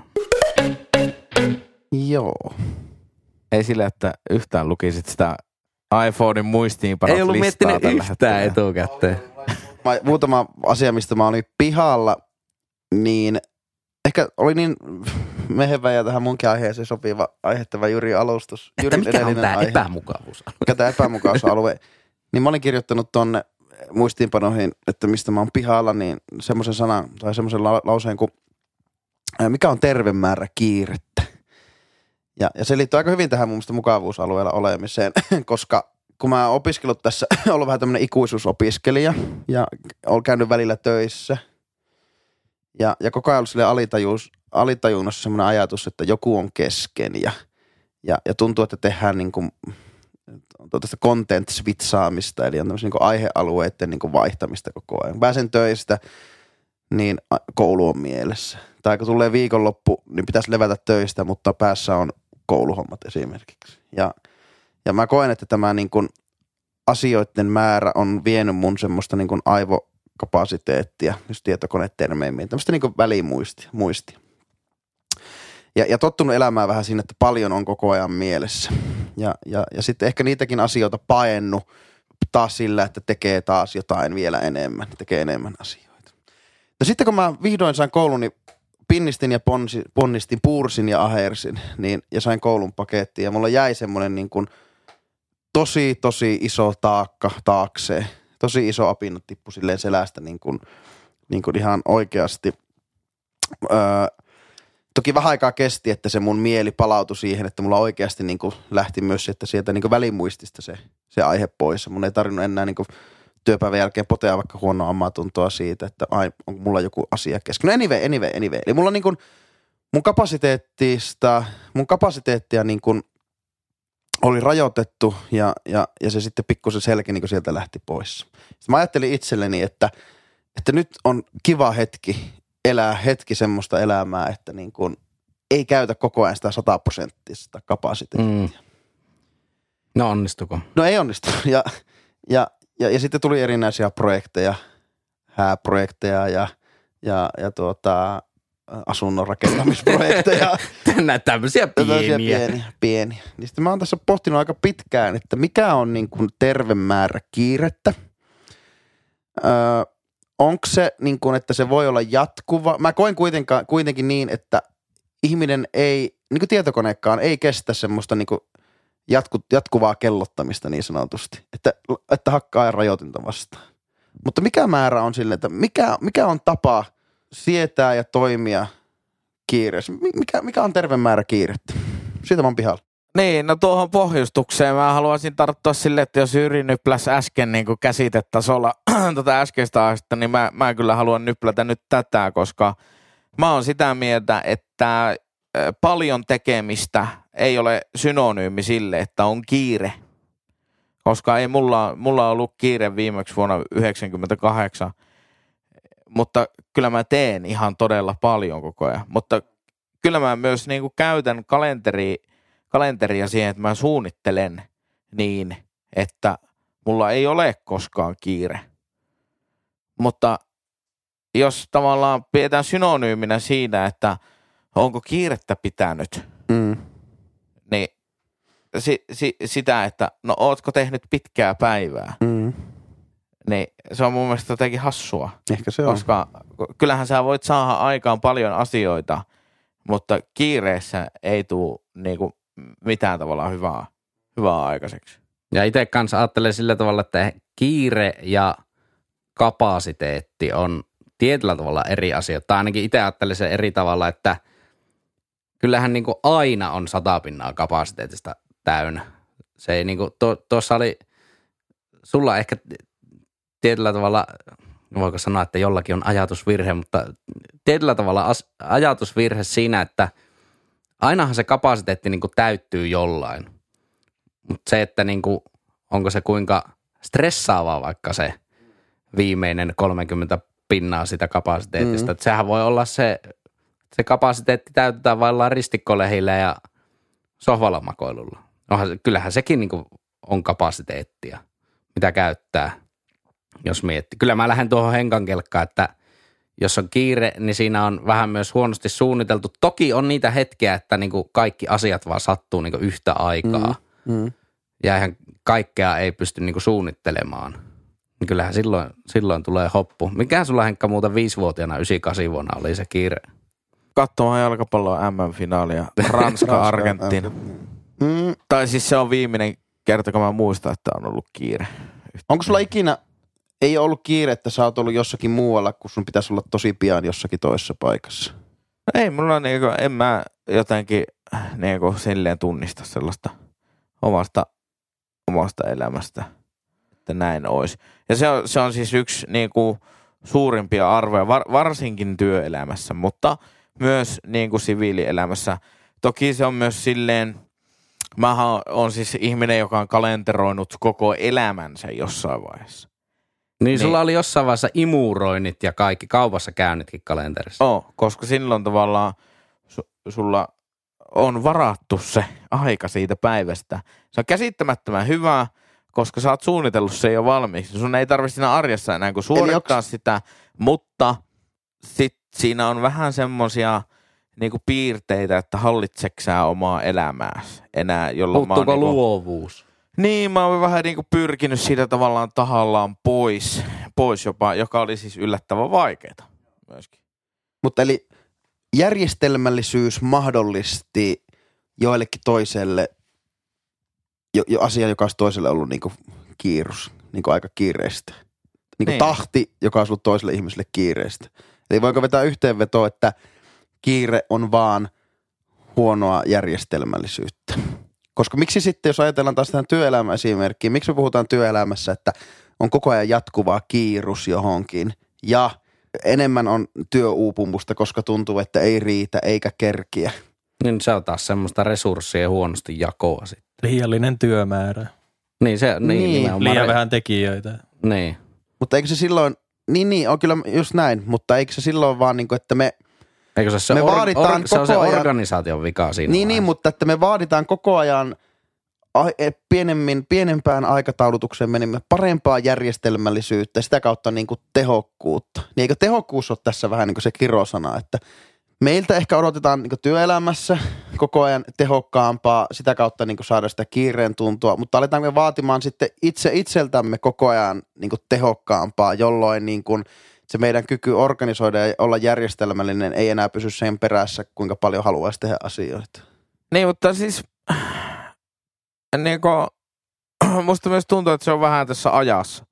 Joo. Ei sillä, että yhtään lukisit sitä iPhonein muistiinpanot ei ollut listaa miettinyt yhtään etukäteen. Muutama asia, mistä mä olin pihalla, niin ehkä oli niin mehevä ja tähän munkin aiheeseen sopiva aihettava Jyri alustus. Että Jyrin mikä on tää aihe. epämukavuusalue? Mikä tää epämukavuusalue? Niin mä olin kirjoittanut tonne muistiinpanoihin, että mistä mä oon pihalla, niin semmoisen sanan tai semmoisen la- lauseen kuin mikä on terve määrä kiirettä. Ja, ja se liittyy aika hyvin tähän mun mielestä mukavuusalueella olemiseen, koska kun mä oon opiskellut tässä, ollut vähän tämmönen ikuisuusopiskelija ja olen käynyt välillä töissä. Ja, ja koko ajan ollut silleen alitajuus, alitajuunnassa semmoinen ajatus, että joku on kesken ja, ja, ja tuntuu, että tehdään niin kuin tästä content-switchaamista, eli on tämmöisiä niin aihealueiden niin vaihtamista koko ajan. Pääsen töistä, niin koulu on mielessä. Tai kun tulee viikonloppu, niin pitäisi levätä töistä, mutta päässä on kouluhommat esimerkiksi. Ja, ja mä koen, että tämä niin kuin asioiden määrä on vienyt mun semmoista niin kuin aivokapasiteettia, just tietokonetermeimmin, tämmöistä niin kuin välimuistia. Muistia. Ja, ja tottunut elämään vähän siinä, että paljon on koko ajan mielessä. Ja, ja, ja sitten ehkä niitäkin asioita paennut taas sillä, että tekee taas jotain vielä enemmän, tekee enemmän asioita. Ja sitten kun mä vihdoin sain koulun, niin pinnistin ja ponsi, ponnistin, puursin ja ahersin niin, ja sain koulun pakettiin. Ja mulla jäi semmoinen niin kuin tosi, tosi iso taakka taakseen. Tosi iso apina tippui silleen selästä niin kuin, niin kuin ihan oikeasti. Öö, toki vähän aikaa kesti, että se mun mieli palautui siihen, että mulla oikeasti niin kuin lähti myös että sieltä niin kuin välimuistista se, se aihe pois. Mun ei tarvinnut enää niin kuin työpäivän jälkeen potea vaikka huonoa omatuntoa siitä, että ai, on mulla joku asia kesken. No anyway, anyway, anyway. Eli mulla niin kuin mun kapasiteettista, mun kapasiteettia niin kuin oli rajoitettu ja, ja, ja se sitten pikkusen selkeä niin kuin sieltä lähti pois. Sitten mä ajattelin itselleni, että, että nyt on kiva hetki elää hetki semmoista elämää, että niin kuin ei käytä koko ajan sitä sataprosenttista kapasiteettia. Mm. No onnistuko? No ei onnistu. Ja, ja, ja, ja sitten tuli erinäisiä projekteja, hääprojekteja ja, ja, ja tuota, asunnon rakentamisprojekteja. Tämmöisiä pieniä. pieniä. Pieniä. Niin sitten mä oon tässä pohtinut aika pitkään, että mikä on niin kuin terve määrä kiirettä. Öö, onko se niin kuin, että se voi olla jatkuva? Mä koen kuitenkin niin, että ihminen ei, niin kuin tietokonekaan, ei kestä semmoista niin kuin jatku, jatkuvaa kellottamista niin sanotusti. Että, että hakkaa ja rajoitinta vastaan. Mutta mikä määrä on sille, että mikä, mikä on tapa sietää ja toimia kiireessä? Mikä, mikä on terve määrä kiirettä? Siitä mä oon pihalla. Niin, no tuohon pohjustukseen mä haluaisin tarttua sille, että jos Jyri nypläsi äsken niin kuin käsitetasolla tota äskeistä aihetta, niin mä, mä kyllä haluan nyplätä nyt tätä, koska mä oon sitä mieltä, että paljon tekemistä ei ole synonyymi sille, että on kiire. Koska ei mulla, mulla ollut kiire viimeksi vuonna yhdeksänkymmentäkahdeksan, mutta kyllä mä teen ihan todella paljon koko ajan. Mutta kyllä mä myös niin kuin käytän kalenteria, kalenteria siihen, että mä suunnittelen niin, että mulla ei ole koskaan kiire. Mutta jos tavallaan pidetään synonyyminä siinä, että onko kiirettä pitänyt, Mm. niin si, si, sitä, että no ootko tehnyt pitkää päivää, Mm. niin se on mun mielestä jotenkin hassua. Ehkä se on. Koska kyllähän sä voit saada aikaan paljon asioita, mutta kiireessä ei tule niinku mitään tavallaan hyvää, hyvää aikaiseksi. Ja itse kanssa ajattelen sillä tavalla, että kiire ja kapasiteetti on tietyllä tavalla eri asioita. Tai ainakin itse ajattelen sen eri tavalla, että kyllähän niin kuin aina on sata pinnaa kapasiteetista täynnä. Se ei niin kuin, tuossa oli sulla ehkä tietyllä tavalla, voiko sanoa, että jollakin on ajatusvirhe, mutta tietyllä tavalla as, ajatusvirhe siinä, että ainahan se kapasiteetti niin kuin täyttyy jollain. Mutta se, että niin kuin, onko se kuinka stressaavaa vaikka se viimeinen kolmekymmentä pinnaa sitä kapasiteetista. Mm. Että sehän voi olla se, se kapasiteetti täytetään vain ristikkolehillä ja sohvalla makoilulla. Onhan, kyllähän sekin niin kuin on kapasiteettia, mitä käyttää, jos miettii. Kyllä mä lähden tuohon Henkan kelkkaan, että jos on kiire, niin siinä on vähän myös huonosti suunniteltu. Toki on niitä hetkiä, että niin kuin kaikki asiat vaan sattuu niin kuin yhtä aikaa. Mm. Mm. Ja eihän kaikkea ei pysty niin kuin suunnittelemaan. Kyllähän silloin, silloin tulee hoppu. Mikä sulla, Henkka, muuta viisivuotiaana yhdeksänkymmentäkahdeksan vuonna oli se kiire? Katsomaan jalkapalloa M M-finaalia, Ranska-Argentiina. Mm. Tai siis se on viimeinen kerta, kun mä muistan, että on ollut kiire. Onko sulla ikinä, ei ollut kiire, että sä oot ollut jossakin muualla, kun sun pitäisi olla tosi pian jossakin toisessa paikassa? Ei, mulla niinku, en mä jotenkin niinku silleen tunnista sellaista omasta, omasta elämästä, että näin olisi. Ja se on, se on siis yksi niinku suurimpia arvoja, var, varsinkin työelämässä, mutta myös niinku siviilielämässä. Toki se on myös silleen, mähän on siis ihminen, joka on kalenteroinut koko elämänsä jossain vaiheessa. Niin, niin sulla oli jossain vaiheessa imuroinnit ja kaikki kaupassa käynnitkin kalenterissa. Oo, koska silloin tavallaan su, sulla on varattu se aika siitä päivästä. Se on käsittämättömän hyvä, koska sä oot suunnitellut sen jo valmiiksi. Sun ei tarvitse siinä arjessa enää kuin suorittaa onks... sitä, mutta sit siinä on vähän semmosia niinku piirteitä, että hallitseksää omaa elämääsi enää, jolloin puuttuuko mä oon niinku... luovuus? Niin, mä oon vähän niinku pyrkinyt siitä tavallaan tahallaan pois, pois jopa, joka oli siis yllättävän vaikeeta myöskin. Mutta eli järjestelmällisyys mahdollisti joillekin toiselle jo, jo asia, joka olisi toiselle ollut niinku kiirus, niinku aika kiireistä. Niinku niin. Tahti, joka olisi ollut toiselle ihmiselle kiireistä. Eli voiko vetää yhteenvetoa, että kiire on vaan huonoa järjestelmällisyyttä? Koska miksi sitten, jos ajatellaan taas tähän työelämäesimerkkiin, miksi me puhutaan työelämässä, että on koko ajan jatkuvaa kiirus johonkin ja enemmän on työuupumusta, koska tuntuu, että ei riitä eikä kerkiä. Niin se on taas semmoista resurssien huonosti jakoa sitten. Liiallinen työmäärä. Niin se, niin, niin. Liian vähän tekijöitä. Niin. Mutta eikö se silloin, niin niin, on kyllä just näin, mutta eikö se silloin vaan niin kuin, että me Eikö se, se, me or, vaaditaan or, se on se ajan, organisaation vika siinä Niin, niin, mutta että me vaaditaan koko ajan a, pienemmin, pienempään aikataulutukseen menimme parempaa järjestelmällisyyttä ja sitä kautta niin kuin tehokkuutta. Niin eikö tehokkuus ole tässä vähän niin kuin se kirosana, että meiltä ehkä odotetaan niin kuin työelämässä koko ajan tehokkaampaa, sitä kautta niin kuin saada sitä kiireen tuntua, mutta aletaanko me vaatimaan sitten itse itseltämme koko ajan niin kuin tehokkaampaa, jolloin niin kuin se meidän kyky organisoida ja olla järjestelmällinen ei enää pysy sen perässä, kuinka paljon haluaisi tehdä asioita. Niin, mutta siis niin kuin, musta myös tuntuu, että se on vähän tässä ajassa.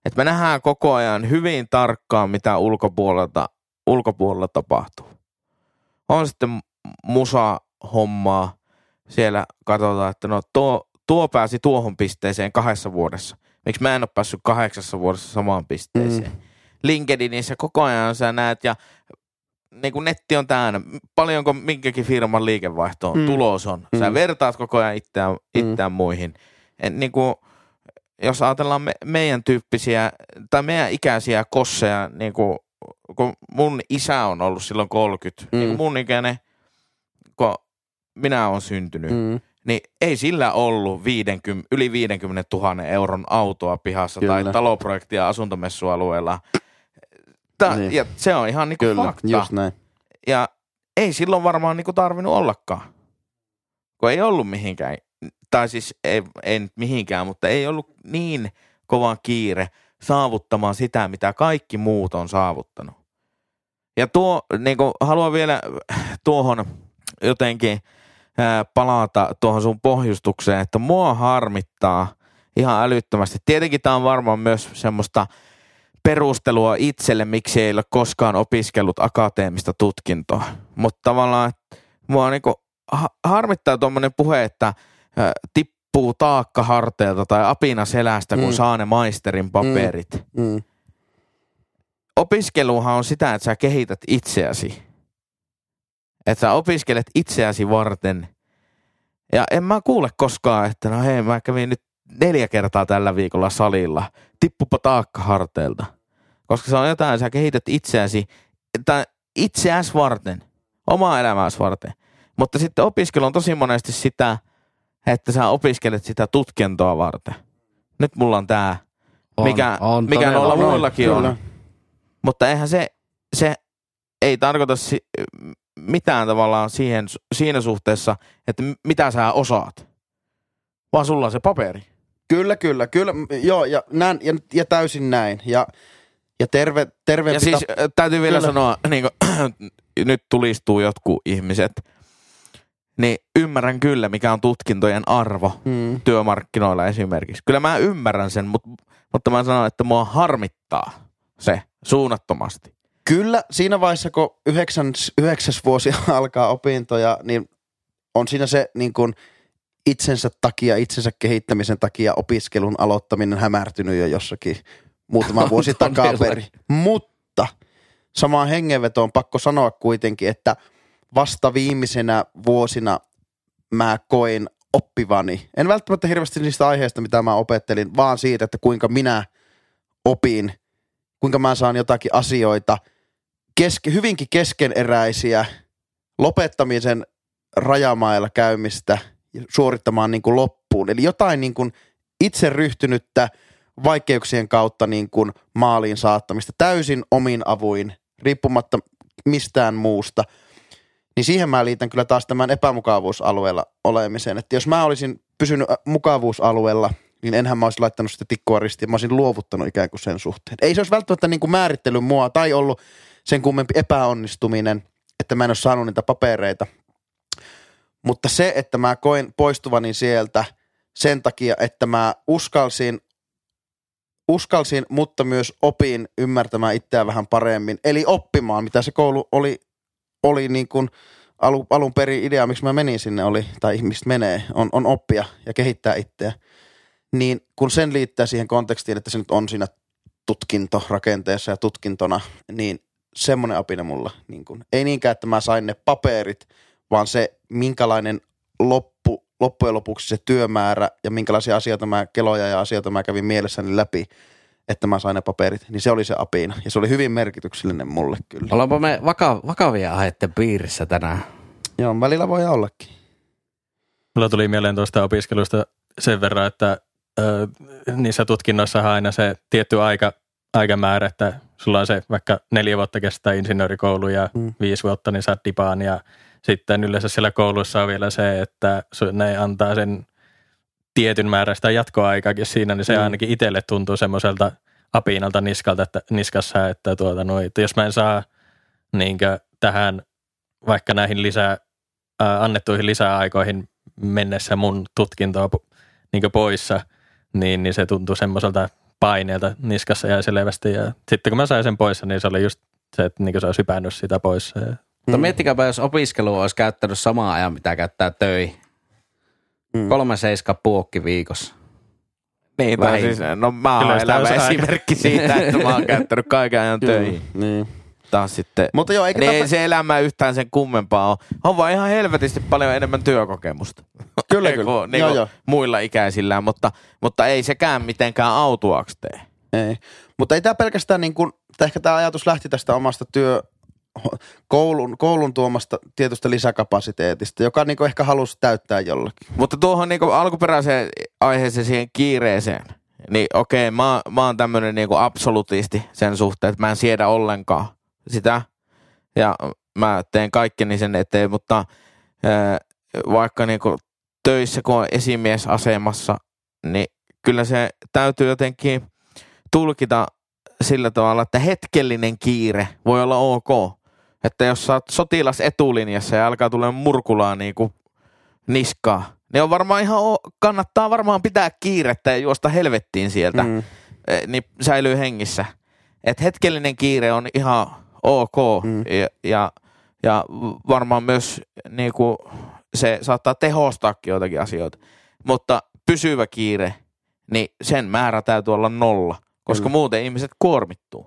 Että me nähdään koko ajan hyvin tarkkaan, mitä ulkopuolelta, ulkopuolella tapahtuu. On sitten musa-hommaa. Siellä katsotaan, että no tuo, tuo pääsi tuohon pisteeseen kahdessa vuodessa. Miksi mä en ole päässyt kahdeksassa vuodessa samaan pisteeseen? Mm. LinkedInissä koko ajan sä näet ja niin kuin netti on täynnä. Paljonko minkäkin firman liikevaihto on, mm. tulos on. Sä mm. vertaat koko ajan itseään, itseään mm. muihin. Et niin kuin, jos ajatellaan me, meidän tyyppisiä tai meidän ikäisiä kosseja, niin kuin, kun mun isä on ollut silloin kolmekymmentä, mm. niin kuin mun ikäinen, kun minä olen syntynyt, mm. niin ei sillä ollut viisikymmentä, yli viisikymmentätuhatta euron autoa pihassa Kyllä. tai taloprojektia asuntomessualueella. Tää, niin. Ja se on ihan niinku Kyllä, fakta. just näin. Ja ei silloin varmaan niinku tarvinnut ollakaan, kun ei ollut mihinkään. Tai siis ei, ei nyt mihinkään, mutta ei ollut niin kova kiire saavuttamaan sitä, mitä kaikki muut on saavuttanut. Ja tuo, niinku, haluan vielä tuohon jotenkin ää, palata tuohon sun pohjustukseen, että mua harmittaa ihan älyttömästi. Tietenkin tämä on varmaan myös semmoista perustelua itselle, miksi ei ole koskaan opiskellut akateemista tutkintoa. Mutta tavallaan mua niinku ha- harmittaa tuommoinen puhe, että ää, tippuu taakka harteilta tai apina selästä, kun mm. saa ne maisterin paperit. Mm. Mm. Opiskeluhan on sitä, että sä kehität itseäsi. Että sä opiskelet itseäsi varten. Ja en mä kuule koskaan, että no hei, mä kävin nyt neljä kertaa tällä viikolla salilla. Tippupa taakka harteilta. Koska se on jotain, sä kehität itseäsi, tai itseäsi varten. Omaa elämääsi varten. Mutta sitten opiskelu on tosi monesti sitä, että sä opiskelet sitä tutkintoa varten. Nyt mulla on tää, on, mikä, on, mikä noilla muillakin on. Kyllä. Mutta eihän se, se ei tarkoita si- mitään tavallaan siihen, siinä suhteessa, että mitä sä osaat. Vaan sulla on se paperi. Kyllä, kyllä, kyllä. Joo, ja, näin, ja, ja täysin näin. Ja, ja terve, terve ja pita... siis täytyy vielä kyllä. sanoa, niin kuin, nyt tulistuu jotkut ihmiset, niin ymmärrän kyllä, mikä on tutkintojen arvo hmm. työmarkkinoilla esimerkiksi. Kyllä mä ymmärrän sen, mutta, mutta mä sanon, että mua harmittaa se suunnattomasti. Kyllä, siinä vaiheessa, kun yhdeksäs, yhdeksäs vuosi alkaa opintoja, niin on siinä se niin kuin itsensä takia, itsensä kehittämisen takia opiskelun aloittaminen hämärtynyt jo jossakin muutama vuosi takaperin. Mutta samaan hengenvetoon on pakko sanoa kuitenkin, että vasta viimeisenä vuosina mä koin oppivani. En välttämättä hirveästi niistä aiheista, mitä mä opettelin, vaan siitä, että kuinka minä opin, kuinka mä saan jotakin asioita keske, hyvinkin keskeneräisiä lopettamisen rajamailla käymistä suorittamaan niin kuin loppuun. Eli jotain niin kuin itse ryhtynyttä vaikeuksien kautta niin kuin maaliin saattamista täysin omin avuin, riippumatta mistään muusta. Niin siihen mä liitän kyllä taas tämän epämukavuusalueella olemiseen. Että jos mä olisin pysynyt mukavuusalueella, niin enhän mä olisi laittanut sitä tikkua ristiin. Mä olisin luovuttanut ikään kuin sen suhteen. Ei se olisi välttämättä niin kuin määrittänyt mua tai ollut sen kummempi epäonnistuminen, että mä en ole saanut niitä papereita. Mutta se, että mä koin poistuvani sieltä sen takia, että mä uskalsin, uskalsin, mutta myös opin ymmärtämään itseään vähän paremmin. Eli oppimaan, mitä se koulu oli, oli niin kuin alun, alun perin idea, miksi mä menin sinne oli, tai ihmiset menee, on, on oppia ja kehittää itseä. Niin kun sen liittää siihen kontekstiin, että se nyt on siinä tutkintorakenteessa ja tutkintona, niin semmoinen apina mulla. Niin kun, ei niinkään, että mä sain ne paperit, vaan se, minkälainen loppu, loppujen lopuksi se työmäärä ja minkälaisia asioita mä, keloja ja asioita mä kävin mielessäni läpi, että mä sain ne paperit, niin se oli se apina. Ja se oli hyvin merkityksellinen mulle kyllä. Ollaanpa me vaka- vakavia aiheiden piirissä tänään. Joo, välillä voi ollakin. Mulla tuli mieleen tuosta opiskelusta sen verran, että ö, niissä tutkinnoissa on aina se tietty aika, aikamäärä, että sulla on se vaikka neljä vuotta kestää insinöörikoulu ja mm. viisi vuotta, niin saat dipaan ja sitten yleensä siellä koulussa on vielä se, että ne antaa sen tietyn määrästä jatkoaikaakin siinä, niin se mm. ainakin itselle tuntuu semmoiselta apinalta niskalta, että, niskassa, että, tuota, no, että jos mä en saa niinkö, tähän vaikka näihin lisää, ää, annettuihin lisäaikoihin mennessä mun tutkintoa niinkö poissa, niin, niin se tuntuu semmoiselta paineelta niskassa ja selvästi. Ja sitten kun mä sain sen pois, niin se oli just se, että niin se olisi hypännyt sitä pois. Ja... Mutta miettikääpä, jos opiskelu olisi käyttänyt samaa ajan, mitä käyttää töihin. Mm. Kolme seiska puokki viikossa. Niin, tai siis, no mä oon elävä esimerkki siitä, että mä oon käyttänyt kaiken ajan töihin. Niin. Taas sitten, mutta joo, eikä niin tätä... ei se elämä yhtään sen kummempaa ole. On vaan ihan helvetisti paljon enemmän työkokemusta. Kyllä, kyllä. Niin joo, joo. muilla ikäisillään, mutta, mutta ei sekään mitenkään autuaksi tee. Ei, mutta ei tämä pelkästään niin kuin, ehkä tämä ajatus lähti tästä omasta työ, koulun, koulun tuomasta tietystä lisäkapasiteetista, joka niin kuin ehkä halusi täyttää jollakin. Mutta tuohon niin kuin alkuperäiseen aiheeseen, siihen kiireeseen, niin okei, mä, mä oon tämmönen niin kuin absolutisti sen suhteen, että mä en siedä ollenkaan sitä. Ja mä teen kaikkeni sen eteen, mutta ää, vaikka niin kuin töissä, kun on esimiesasemassa, niin kyllä se täytyy jotenkin tulkita sillä tavalla, että hetkellinen kiire voi olla ok. Että jos sä oot sotilas etulinjassa ja alkaa tulla murkulaa niin kuin niskaa, niin on varmaan ihan, kannattaa varmaan pitää kiirettä ja juosta helvettiin sieltä, mm. niin säilyy hengissä. Että hetkellinen kiire on ihan ok mm. ja, ja, ja varmaan myös niin kuin se saattaa tehostaakin joitakin asioita. Mutta pysyvä kiire, niin sen määrä täytyy olla nolla, koska mm. muuten ihmiset kuormittuu.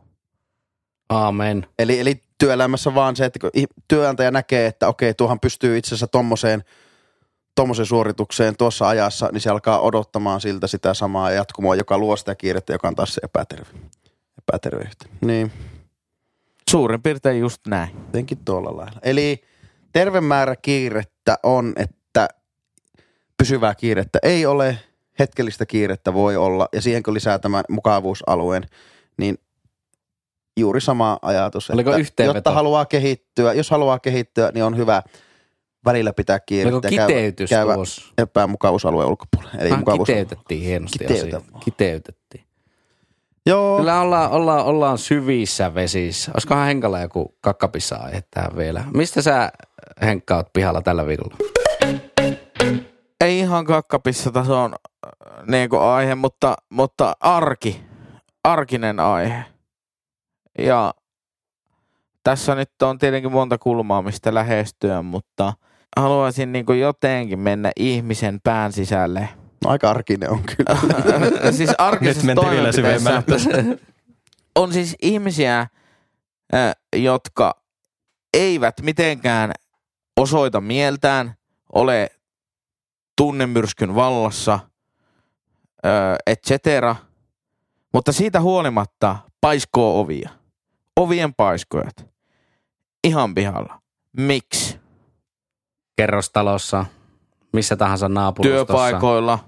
Aamen. Eli, eli työelämässä vaan se, että kun työnantaja näkee, että okei, tuohan pystyy itse asiassa tommoseen, tommoseen suoritukseen tuossa ajassa, niin se alkaa odottamaan siltä sitä samaa jatkumoa, joka luo sitä kiirettä, joka on taas se epäterve, epäterveyttä. Niin. Suurin piirtein just näin. Jotenkin tuolla lailla. Eli terve määrä kiirettä on, että pysyvää kiirettä ei ole, hetkellistä kiirettä voi olla, ja siihen kun lisää tämän mukavuusalueen, niin juuri sama ajatus, oliko että yhteenveto? Jotta haluaa kehittyä, jos haluaa kehittyä, niin on hyvä välillä pitää kiirettä. Oliko kiteytys käydä, tuossa? Käydä epämukavuusalueen ulkopuolella. Eli ah, kiteytettiin hienosti Kiteytä. asia. Kiteytettiin. Joo. Kyllä ollaan, ollaan, ollaan syvissä vesissä. Olisikohan Henkalla joku kakkapissa-aihe tähän vielä? Mistä sä, Henkka, oot pihalla tällä viikolla? Ei ihan kakkapissatason niin kuin aihe, mutta, mutta arki. Arkinen aihe. Ja tässä nyt on tietenkin monta kulmaa, mistä lähestyä, mutta haluaisin niin kuin jotenkin mennä ihmisen pään sisälle. No, aika arkinen on kyllä. Siis arkisessa toimenpiteessä on siis ihmisiä, jotka eivät mitenkään osoita mieltään, ole tunnemyrskyn vallassa, et cetera. Mutta siitä huolimatta paiskoo ovia. Ovien paiskojat. Ihan pihalla. Miksi? Kerrostalossa, missä tahansa naapurustossa. Työpaikoilla.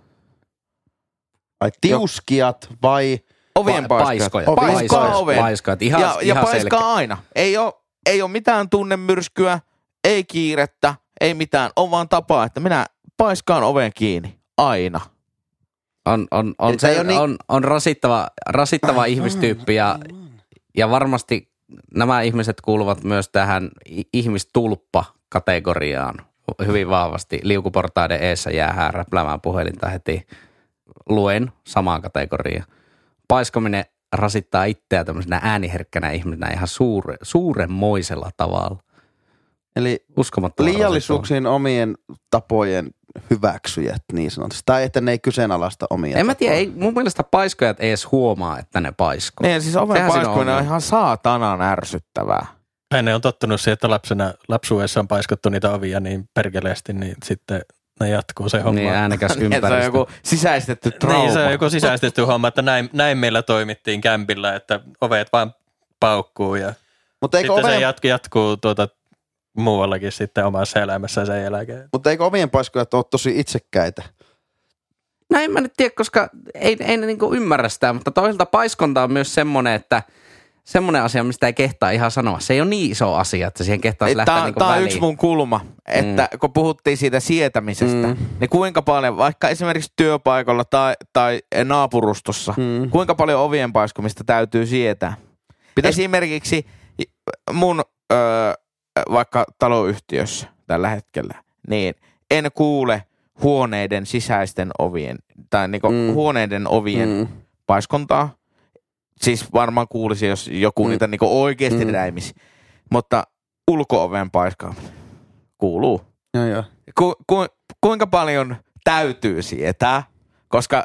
Vai tiuskijat vai... Ovien pa- paiskojat. Paiskoja. Paiskaa Paiskoja. oven. Paiskoja. Ihan, ja, ja ihan paiskaa selkeä. aina. Ei ole, ei ole mitään tunnemyrskyä, ei kiirettä, ei mitään. On vaan tapa, että minä paiskaan oven kiinni. Aina. On, on, on, se, niin... on, on rasittava, rasittava ihmistyyppi ja, ja varmasti nämä ihmiset kuuluvat myös tähän ihmistulppa-kategoriaan hyvin vahvasti. Liukuportaiden eessä jäähän räpläämään puhelinta heti. Luen samaan kategoriaan. Paiskominen rasittaa itseä tämmöisenä ääniherkkänä ihmisenä ihan suure, suuremmoisella tavalla. Eli uskomattoman liiallisuuksien omien tapojen hyväksyjät niin sanotusti. Tai että ne ei kyseenalaista omia En mä tiedä, tapoja. ei, mun mielestä paiskojat ei edes huomaa, että ne paiskoo. Niin, siis oven Sehän siinä paiskuminen on on. ihan saatanan ärsyttävää. Hän on tottunut siihen, että lapsena, lapsuudessa on paiskottu niitä ovia niin perkeleesti, niin sitten ne jatkuu se homma. Niin äänekäs Niin, että se on ympäristö. joku sisäistetty trauma. Niin, se on joku sisäistetty homma, että näin, näin meillä toimittiin kämpillä, että ovet vaan paukkuu ja Mutta eikö, sitten se ovien, jatkuu, jatkuu tuota muuallakin sitten omassa elämässä sen jälkeen. mutta eikö omien paiskojat ole tosi itsekkäitä? No en mä nyt tiedä, koska ei, ei ne niinku ymmärrä sitä, mutta toisaalta paiskonta on myös semmoinen, että semmoinen asia, mistä ei kehtaa ihan sanoa. Se ei ole niin iso asia, että siihen kehtaisi lähteä Tämä niinku on väliin. yksi mun kulma, että mm. kun puhuttiin siitä sietämisestä, mm. niin kuinka paljon, vaikka esimerkiksi työpaikalla tai, tai naapurustossa, mm. kuinka paljon ovien paiskumista täytyy sietää? Pitäis... Esimerkiksi mun öö, vaikka taloyhtiössä tällä hetkellä, niin en kuule huoneiden sisäisten ovien, tai niinku mm. huoneiden ovien mm. paiskontaa, siis varmaan kuulisi, jos joku mm. niitä niinku oikeasti mm. räimisi. Mutta ulko-oven paiskaaminen kuuluu. Joo, joo. Ku, ku, kuinka paljon täytyy sietää? Koska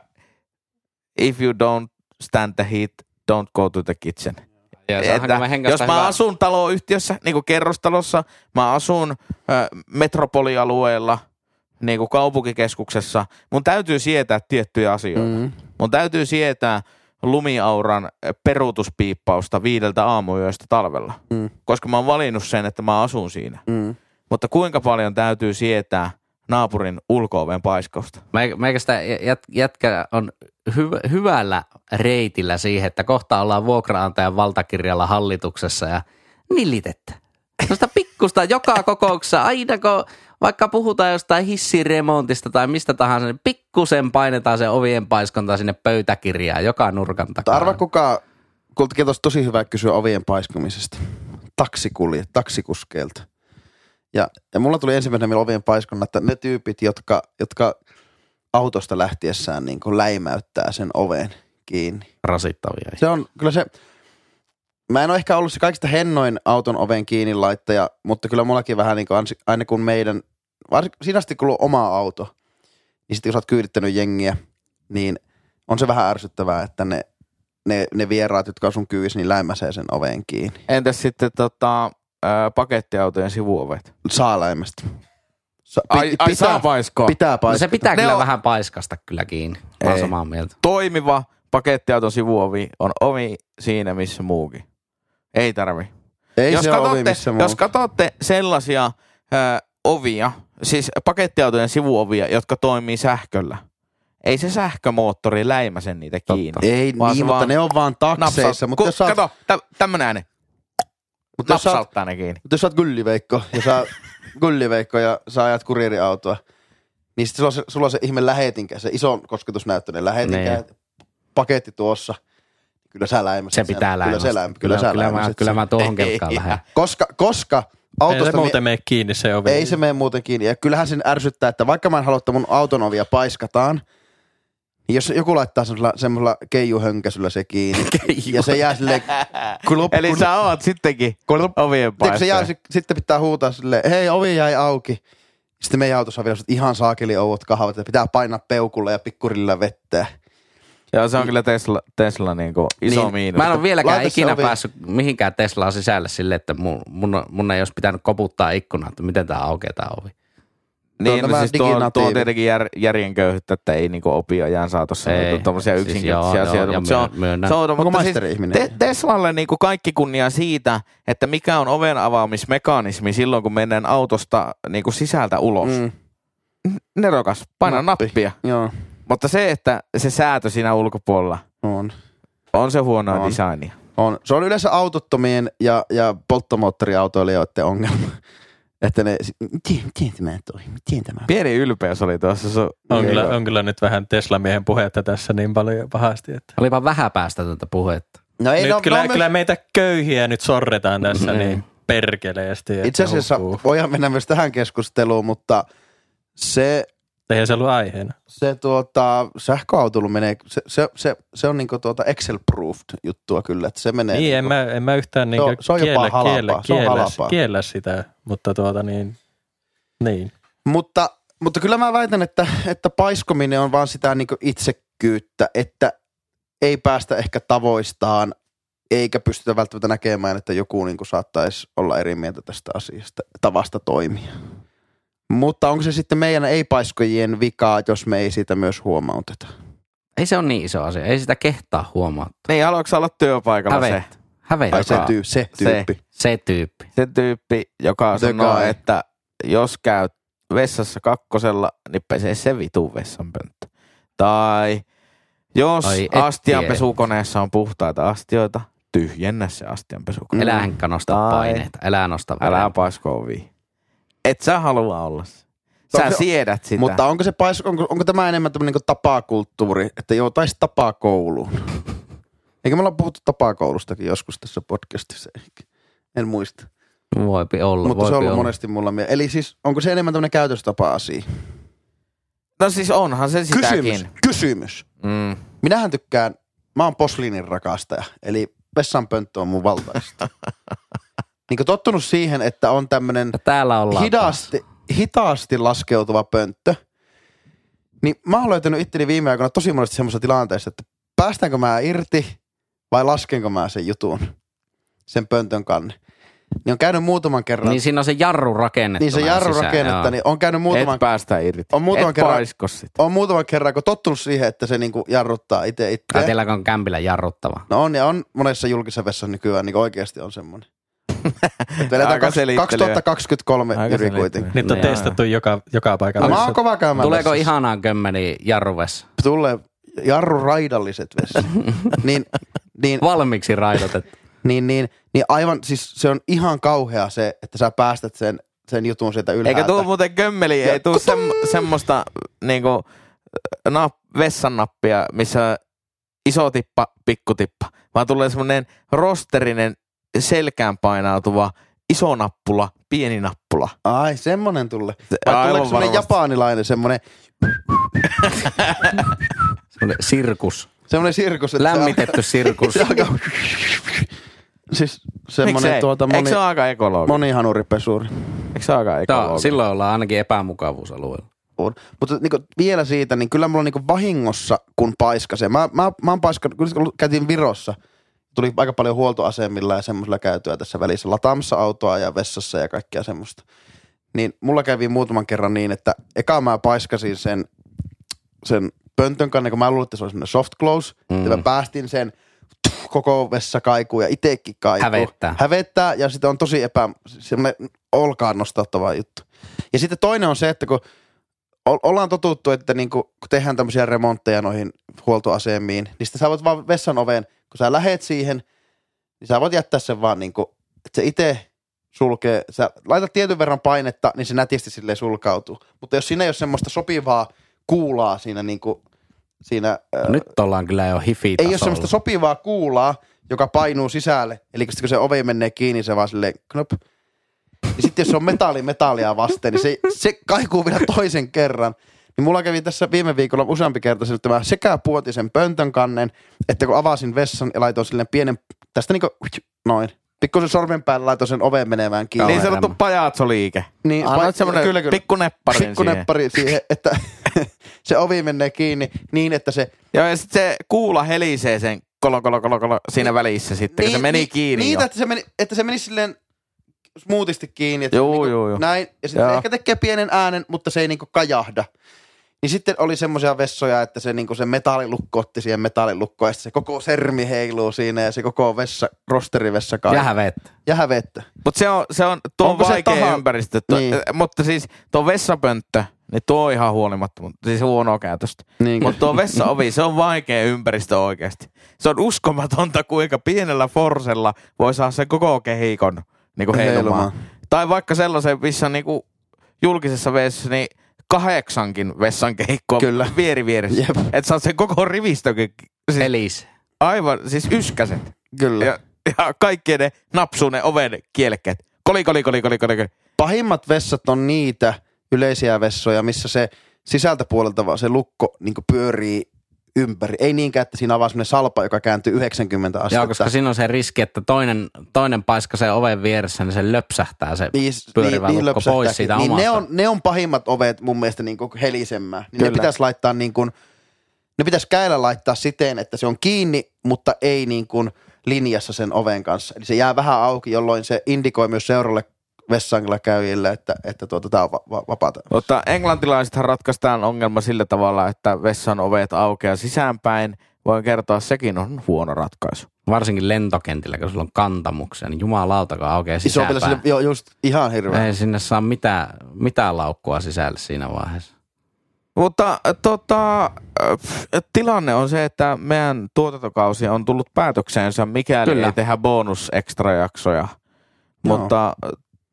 if you don't stand the heat, don't go to the kitchen. Ja että jos mä hyvä. asun taloyhtiössä, niin kuin kerrostalossa, mä asun ö, metropolialueella, niin kuin kaupunkikeskuksessa, mun täytyy sietää tiettyjä asioita. Mm. Mun täytyy sietää lumiauran peruutuspiippausta viideltä aamuyöstä talvella, mm. koska mä oon valinnut sen, että mä asun siinä. Mm. Mutta kuinka paljon täytyy sietää naapurin ulko-oven paiskausta? Meikästä jät, jätkä on hy- hyvällä reitillä siihen, että kohta ollaan vuokraantajan valtakirjalla hallituksessa ja nilitettä. Sellaista pikkusta joka kokouksessa, aina kun vaikka puhutaan jostain hissiremontista tai mistä tahansa, niin pikkusen painetaan se ovien paiskonta sinne pöytäkirjaan joka nurkan takaa. Arva kuka, kultakin olisi tosi hyvä kysyä ovien paiskomisesta. Taksikulje, taksikuskeilta. Ja, ja mulla tuli ensimmäisenä meillä ovien paiskonna, että ne tyypit, jotka, jotka autosta lähtiessään niin kuin läimäyttää sen oven kiinni. Rasittavia. Se on kyllä se, mä en ole ehkä ollut se kaikista hennoin auton oven kiinni laittaja, mutta kyllä mullakin vähän niin kuin aina kun meidän, varsinkin siinä asti kun on oma auto, niin sitten kun sä oot kyydittänyt jengiä, niin on se vähän ärsyttävää, että ne, ne, ne vieraat, jotka on sun kyydissä, niin läimäsee sen oven kiinni. Entäs sitten tota, ää, pakettiautojen sivuovet? Saa läimästä. Sa, ai, ai pitää, saa paiskoa? Pitää paiskata. No se pitää ne kyllä on vähän paiskasta kyllä kiinni. Mä oon samaa mieltä. Toimiva pakettiauton sivuovi on ovi siinä, missä muukin. Ei tarvi. Ei jos se katsotte, ovi, missä Jos katsotte sellaisia ö, ovia, siis pakettiautojen sivuovia, jotka toimii sähköllä, ei se sähkömoottori läimäse niitä kiinni. Totta. Ei niin, mutta ne on vaan takseissa. Napsa, mutta ku, jos saat, kato, tä, tämmönen ääni. Mutta napsauttaa ne kiinni. Mutta jos sä oot gulliveikko ja sä, gulliveikko ja sä ajat kuriiriautoa, niin sit sulla on se, sulla on se ihme lähetinkä, se iso kosketusnäyttöinen lähetinkä, paketti tuossa. Kyllä sä läimäsit. Se pitää läimästä. Kyllä, läim, kyllä, kyllä, kyllä, mä, kyllä mä tuohon kelkkaan lähden. Koska, koska autosta... Ei se muuten mene kiinni se ovi. Ei se mene muuten kiinni. Ja kyllähän sen ärsyttää, että vaikka mä en halua, että mun auton ovia paiskataan, niin jos joku laittaa semmoisella, semmoisella keijuhönkäsyllä se kiinni. ja se jää silleen... Klup, Eli kun, sä oot sittenkin klup, ovien paistaja. Se jää, sitten pitää huutaa silleen, hei ovi jäi auki. Sitten meidän autossa on vielä ihan saakeli ouot kahvat, että pitää painaa peukulla ja pikkurilla vettä. Joo, se on kyllä Tesla, Tesla niinku iso niin, miinus. Mä en ole vieläkään Laita ikinä ovi. päässyt mihinkään Teslaan sisälle silleen, että mun, mun, mun ei olisi pitänyt koputtaa ikkunaa, että miten tää aukeaa tää ovi. Niin, no siis tuo, tuo on tietenkin jär, järjen köyhyyttä, että ei niinku opi ajan saatossa tuommoisia siis yksinkertaisia joo, asioita. Joo, mutta se on, myönnän. se on, Onko mutta siis maisteri-ihminen? te, Teslalle niinku kaikki kunnia siitä, että mikä on oven avaamismekanismi silloin, kun mennään autosta niinku sisältä ulos. Mm. Nerokas, paina Nappi. nappia. Joo. Mutta se, että se säätö siinä ulkopuolella on, on se huonoa on. designia. On. Se on yleensä autottomien ja, ja polttomoottoriautoilijoiden ongelma. Että ne, miten, miten tämä toimii, miten tämä? Pieni ylpeys oli tuossa. Su- on, kyllä, on kyllä nyt vähän Tesla-miehen puhetta tässä niin paljon pahasti. Että. Olipa vähäpäästötöntä puhetta. No ei, nyt no, kyllä, no, kyllä meitä köyhiä nyt sorretaan tässä mm. niin perkeleesti. Itse asiassa voidaan mennä myös tähän keskusteluun, mutta se... Eihän se ollut aiheena. Se tuota, sähköautoilu menee, se, se, se, se on niinku tuota Excel-proofed juttua kyllä, että se menee... Niin, niinku, en, mä, en mä yhtään niinku se on, se on kiellä, jopa halapaa, kiellä, se on kiellä, halapaa. kiellä sitä, mutta tuota niin, niin. Mutta, mutta kyllä mä väitän, että, että paiskominen on vaan sitä niinku itsekkyyttä, että ei päästä ehkä tavoistaan, eikä pystytä välttämättä näkemään, että joku niinku saattaisi olla eri mieltä tästä asiasta, tavasta toimia. Mutta onko se sitten meidän ei-paiskojien vikaa, jos me ei siitä myös huomauteta? Ei se ole niin iso asia. Ei sitä kehtaa huomauttaa. Niin, haluatko olla työpaikalla Hävet. se? Hävet. Ai se, tyy- se tyyppi. Se, se tyyppi. Se tyyppi, joka The sanoo, guy. että jos käy vessassa kakkosella, niin pesee se vitun vessanpönttö. Tai jos Ai, astianpesukoneessa on puhtaita astioita, tyhjennä se astianpesukone. Älä henkka nosta Tai paineita. Älä nosta älä paineita. paisko oviin. Et sä halua olla se. Sä se, siedät sitä. Mutta onko, se pais, onko, onko tämä enemmän tämmöinen niin tapakulttuuri, että joo, taisi tapakouluun? Eikä me olla puhuttu tapakoulustakin joskus tässä podcastissa, eikä. En muista. Voipi olla. Mutta voipi se on ollut olla. monesti mulla mie- Eli siis, onko se enemmän tämmöinen käytöstapa-asia? No siis onhan se sitäkin. Kysymys. Kysymys. Mm. Minähän tykkään mä oon posliinin rakastaja, eli vessanpönttö on mun valtaista. Niin kuin tottunut siihen, että on tämmönen hitaasti, hitaasti laskeutuva pönttö, niin mä oon löytänyt itteni viime aikoina tosi monesti semmoisessa tilanteessa, että päästäänkö mä irti vai laskenko mä sen jutun, sen pöntön kanne. Niin on käynyt muutaman kerran. Niin siinä on se jarru rakennettu. Niin se jarru rakennetta, niin on käynyt muutaman. Et päästä irti. On muutaman Et kerran. paisko sit. On muutaman kerran, kun tottunut siihen, että se niinku jarruttaa itse itseään. Tai teilläkö on kämpillä jarruttava? No on, ja on monessa julkisessa vessassa nykyään niin oikeasti on semmoinen. Vedetään kaksituhattakaksikymmentäkolme Jyri kuitenkin. Nyt on testattu joka, joka paikalla. Mä oon kova käymään Tuleeko vessassa. ihanaan kömmeniä jarruvessa? Tulee jarruraidalliset vessat. niin, niin, Valmiiksi raidotettu. niin, niin, niin aivan, siis se on ihan kauhea se, että sä päästät sen, sen jutun sieltä ylhäältä. Eikä tuu muuten kömmeli, ei tuu sem, semmoista niinku nap, vessan nappia, missä iso tippa, pikku tippa, vaan tulee semmoinen rosterinen selkään painautuva iso nappula, pieni nappula. Ai, semmonen tulee. Se- Vai aivan tuleeko semmonen varmasti. japanilainen, semmonen, Semmoinen sirkus. semmonen sirkus. että se Lämmitetty sirkus. Se alkaa, siis semmonen Miksei? tuota Eikö moni, se ole aika ekologinen? monihanuripesuri. Eikö se ole aika ekologinen? Tää, silloin ollaan ainakin epämukavuusalueella. On. Mutta niinku vielä siitä, niin kyllä mulla on niinku vahingossa, kun paiskasee. Mä, mä, mä oon paiskanut, kun käytiin Virossa, tuli aika paljon huoltoasemilla ja semmoisilla käytyä tässä välissä, lataamassa autoa ja vessassa ja kaikkea semmoista. Niin mulla kävi muutaman kerran niin, että eka mä paiskasin sen, sen pöntön kannen, kun mä luulin, että se oli semmoinen soft close. Mm. Sitten mä päästin sen koko vessa kaikuu ja itekin kaikuu. Hävettää. Hävettää ja sitten on tosi epä, semmoinen olkaan nostattava juttu. Ja sitten toinen on se, että kun ollaan totuttu, että niinku, kun tehdään tämmöisiä remontteja noihin huoltoasemiin, niin sitten sä voit vaan vessan oveen, kun sä lähet siihen, niin sä voit jättää sen vaan niinku, että se itse sulkee, sä laitat tietyn verran painetta, niin se nätisti silleen sulkautuu. Mutta jos siinä ei ole semmoista sopivaa kuulaa siinä niinku, siinä... No nyt ollaan kyllä jo hifi-tasolla. Ei ole semmoista sopivaa kuulaa, joka painuu sisälle, eli kun se ovi menee kiinni, se vaan silleen knop. Ja sitten jos se on metalli metallia vasten, niin se, se kaikuu vielä toisen kerran. Niin mulla kävi tässä viime viikolla useampi kerta sille, että mä sekä puotin sen pöntön kannen, että kun avasin vessan ja laitoin silleen pienen, tästä niinku noin, pikkusen sormen päällä laitoin sen oven menevään kiinni. Niin sanottu pajatsoliike. Niin, Annoit semmonen kyllä, kyllä. pikkunepparin siihen. Pikkuneppari siihen, että se ovi menee kiinni niin, että se... Joo, ja sitten se kuula helisee sen kolo, kolo, kolo, kolo siinä välissä sitten, kun se meni kiinni Niin, jo. että se meni, että se meni silleen smoothisti kiinni. Että Juu, niinku juu, juu. Näin, ja sitten Joo. ehkä tekee pienen äänen, mutta se ei niinku kajahda. Niin sitten oli semmoisia vessoja, että se, niinku se metallilukko otti siihen metallilukkoon, ja sitten se koko sermi heiluu siinä, ja se koko vessa, rosterivessa kai. Ja hävettä. Ja hävettä. Mutta se on, se on, tuo on Onko se vaikea taha- ympäristö. Tuo, Niin. Mutta siis tuo vessapönttö, niin tuo on ihan huolimatta, siis huonoa käytöstä. Niin. Mutta tuo vessaovi, se on vaikea ympäristö oikeasti. Se on uskomatonta, kuinka pienellä forsella voi saada sen koko kehikon niin kuin heilumaan. Heilumaan. Tai vaikka sellaisen, missä niin kuin julkisessa vessassa, niin kahdeksankin vessan kehikkoa Kyllä. vieri vieressä. Jep. Että saat sen koko rivistökin. Siis Elis. aivan, siis yskäset. Kyllä. Ja, ja kaikki ne napsuu ne oven kielekkeet. Koli, koli, koli, koli, koli. Pahimmat vessat on niitä yleisiä vessoja, missä se sisältä puolelta vaan se lukko niinku pyörii ympäri. Ei niinkään, että siinä on vaan semmoinen salpa, joka kääntyy yhdeksänkymmentä astetta. Joo, koska siinä on se riski, että toinen, toinen paiska sen oven vieressä, niin se löpsähtää se Niin, pyörivä niin, niin lukko pois siitä niin omasta. ne on, ne on pahimmat ovet mun mielestä niin helisemään. Niin ne Kyllä. pitäisi laittaa niin kuin, ne pitäisi käillä laittaa siten, että se on kiinni, mutta ei niin kuin linjassa sen oven kanssa. Eli se jää vähän auki, jolloin se indikoi myös seuraavalle vessangilla käyjille, että, että tuota, tämä on va- va- vapaata. Mutta englantilaisethan ratkaistaan ongelma sillä tavalla, että vessan ovet aukeaa sisäänpäin. Voin kertoa, sekin on huono ratkaisu. Varsinkin lentokentillä, kun sulla on kantamuksia, niin jumalauta, kun aukeaa Iso sisäänpäin. sille, joo, just ihan hirveä. Ei sinne saa mitään, mitään laukkua sisälle siinä vaiheessa. Mutta tota, äh, tilanne on se, että meidän tuotantokausi on tullut päätökseensä, mikäli Kyllä. ei tehdä bonus-ekstrajaksoja. Mutta äh,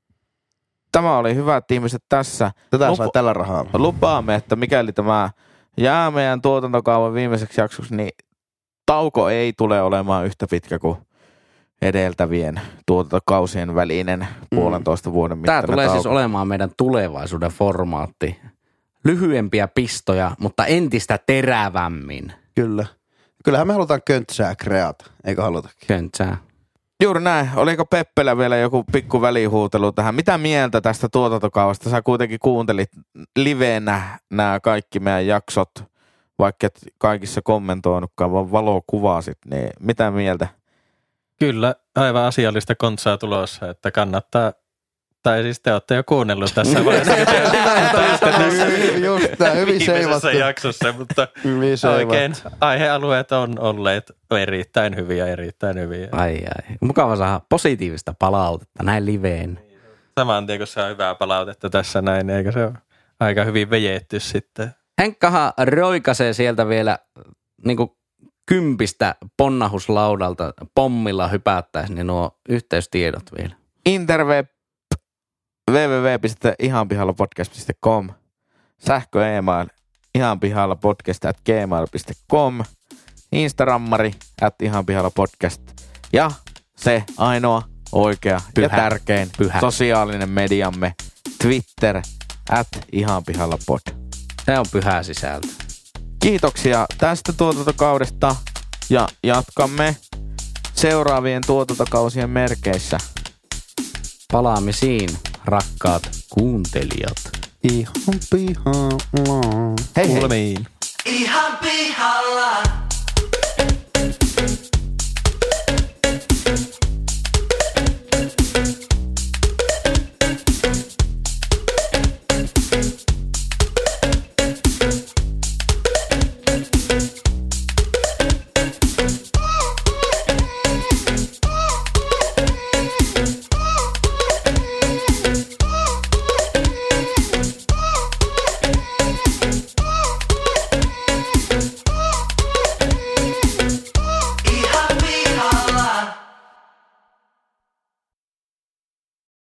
tämä oli hyvät ihmiset tässä. Tätä Lupa- sai tällä rahaa. Lupaamme, että mikäli tämä jää meidän tuotantokaupan viimeiseksi jaksoksi, niin tauko ei tule olemaan yhtä pitkä kuin edeltävien tuotantokausien välinen puolentoista vuoden Tämä mittainen tulee tauko. siis olemaan meidän tulevaisuuden formaatti. Lyhyempiä pistoja, mutta entistä terävämmin. Kyllä. Kyllähän me halutaan köntsää kreata, eikö halutakin? Köntsää. Juuri näin. Oliko Peppellä vielä joku pikku välihuutelu tähän? Mitä mieltä tästä tuotantokaavasta? Sä kuitenkin kuuntelit liveenä nämä kaikki meidän jaksot, vaikka et kaikissa kommentoinutkaan, vaan valokuvasit. Niin mitä mieltä? Kyllä, aivan asiallista kontsaa tulossa, että kannattaa, tai siis te olette jo kuunnellut tässä vaiheessa. Just tämä, hyvin seivattu. Viimeisessä jaksossa, mutta oikein aihealueet on olleet erittäin hyviä, erittäin hyviä. Ai ai. Mukava saada positiivista palautetta näin liveen. Saman tien, kun saa hyvää palautetta tässä näin, niin eikö se ole aika hyvin vejetty sitten? Henkkahan roikasee sieltä vielä niin kuin kympistä ponnahuslaudalta pommilla hypättäisiin, niin nuo yhteystiedot vielä. Interweb double-u double-u double-u piste ihanpihallapodcast piste com, sähkö e-mail ihanpihallapodcast at gmail piste com, Instagrammari at ihanpihallapodcast ja se ainoa oikea pyhä, ja tärkein pyhä sosiaalinen mediamme Twitter at ihanpihallapod. Se on pyhä sisältö. Kiitoksia tästä tuotantokaudesta ja jatkamme seuraavien tuotantokausien merkeissä. Palaamisiin, rakkaat kuuntelijat. Ihan pihalla. Hei hei. Kuulemiin. Ihan pihalla.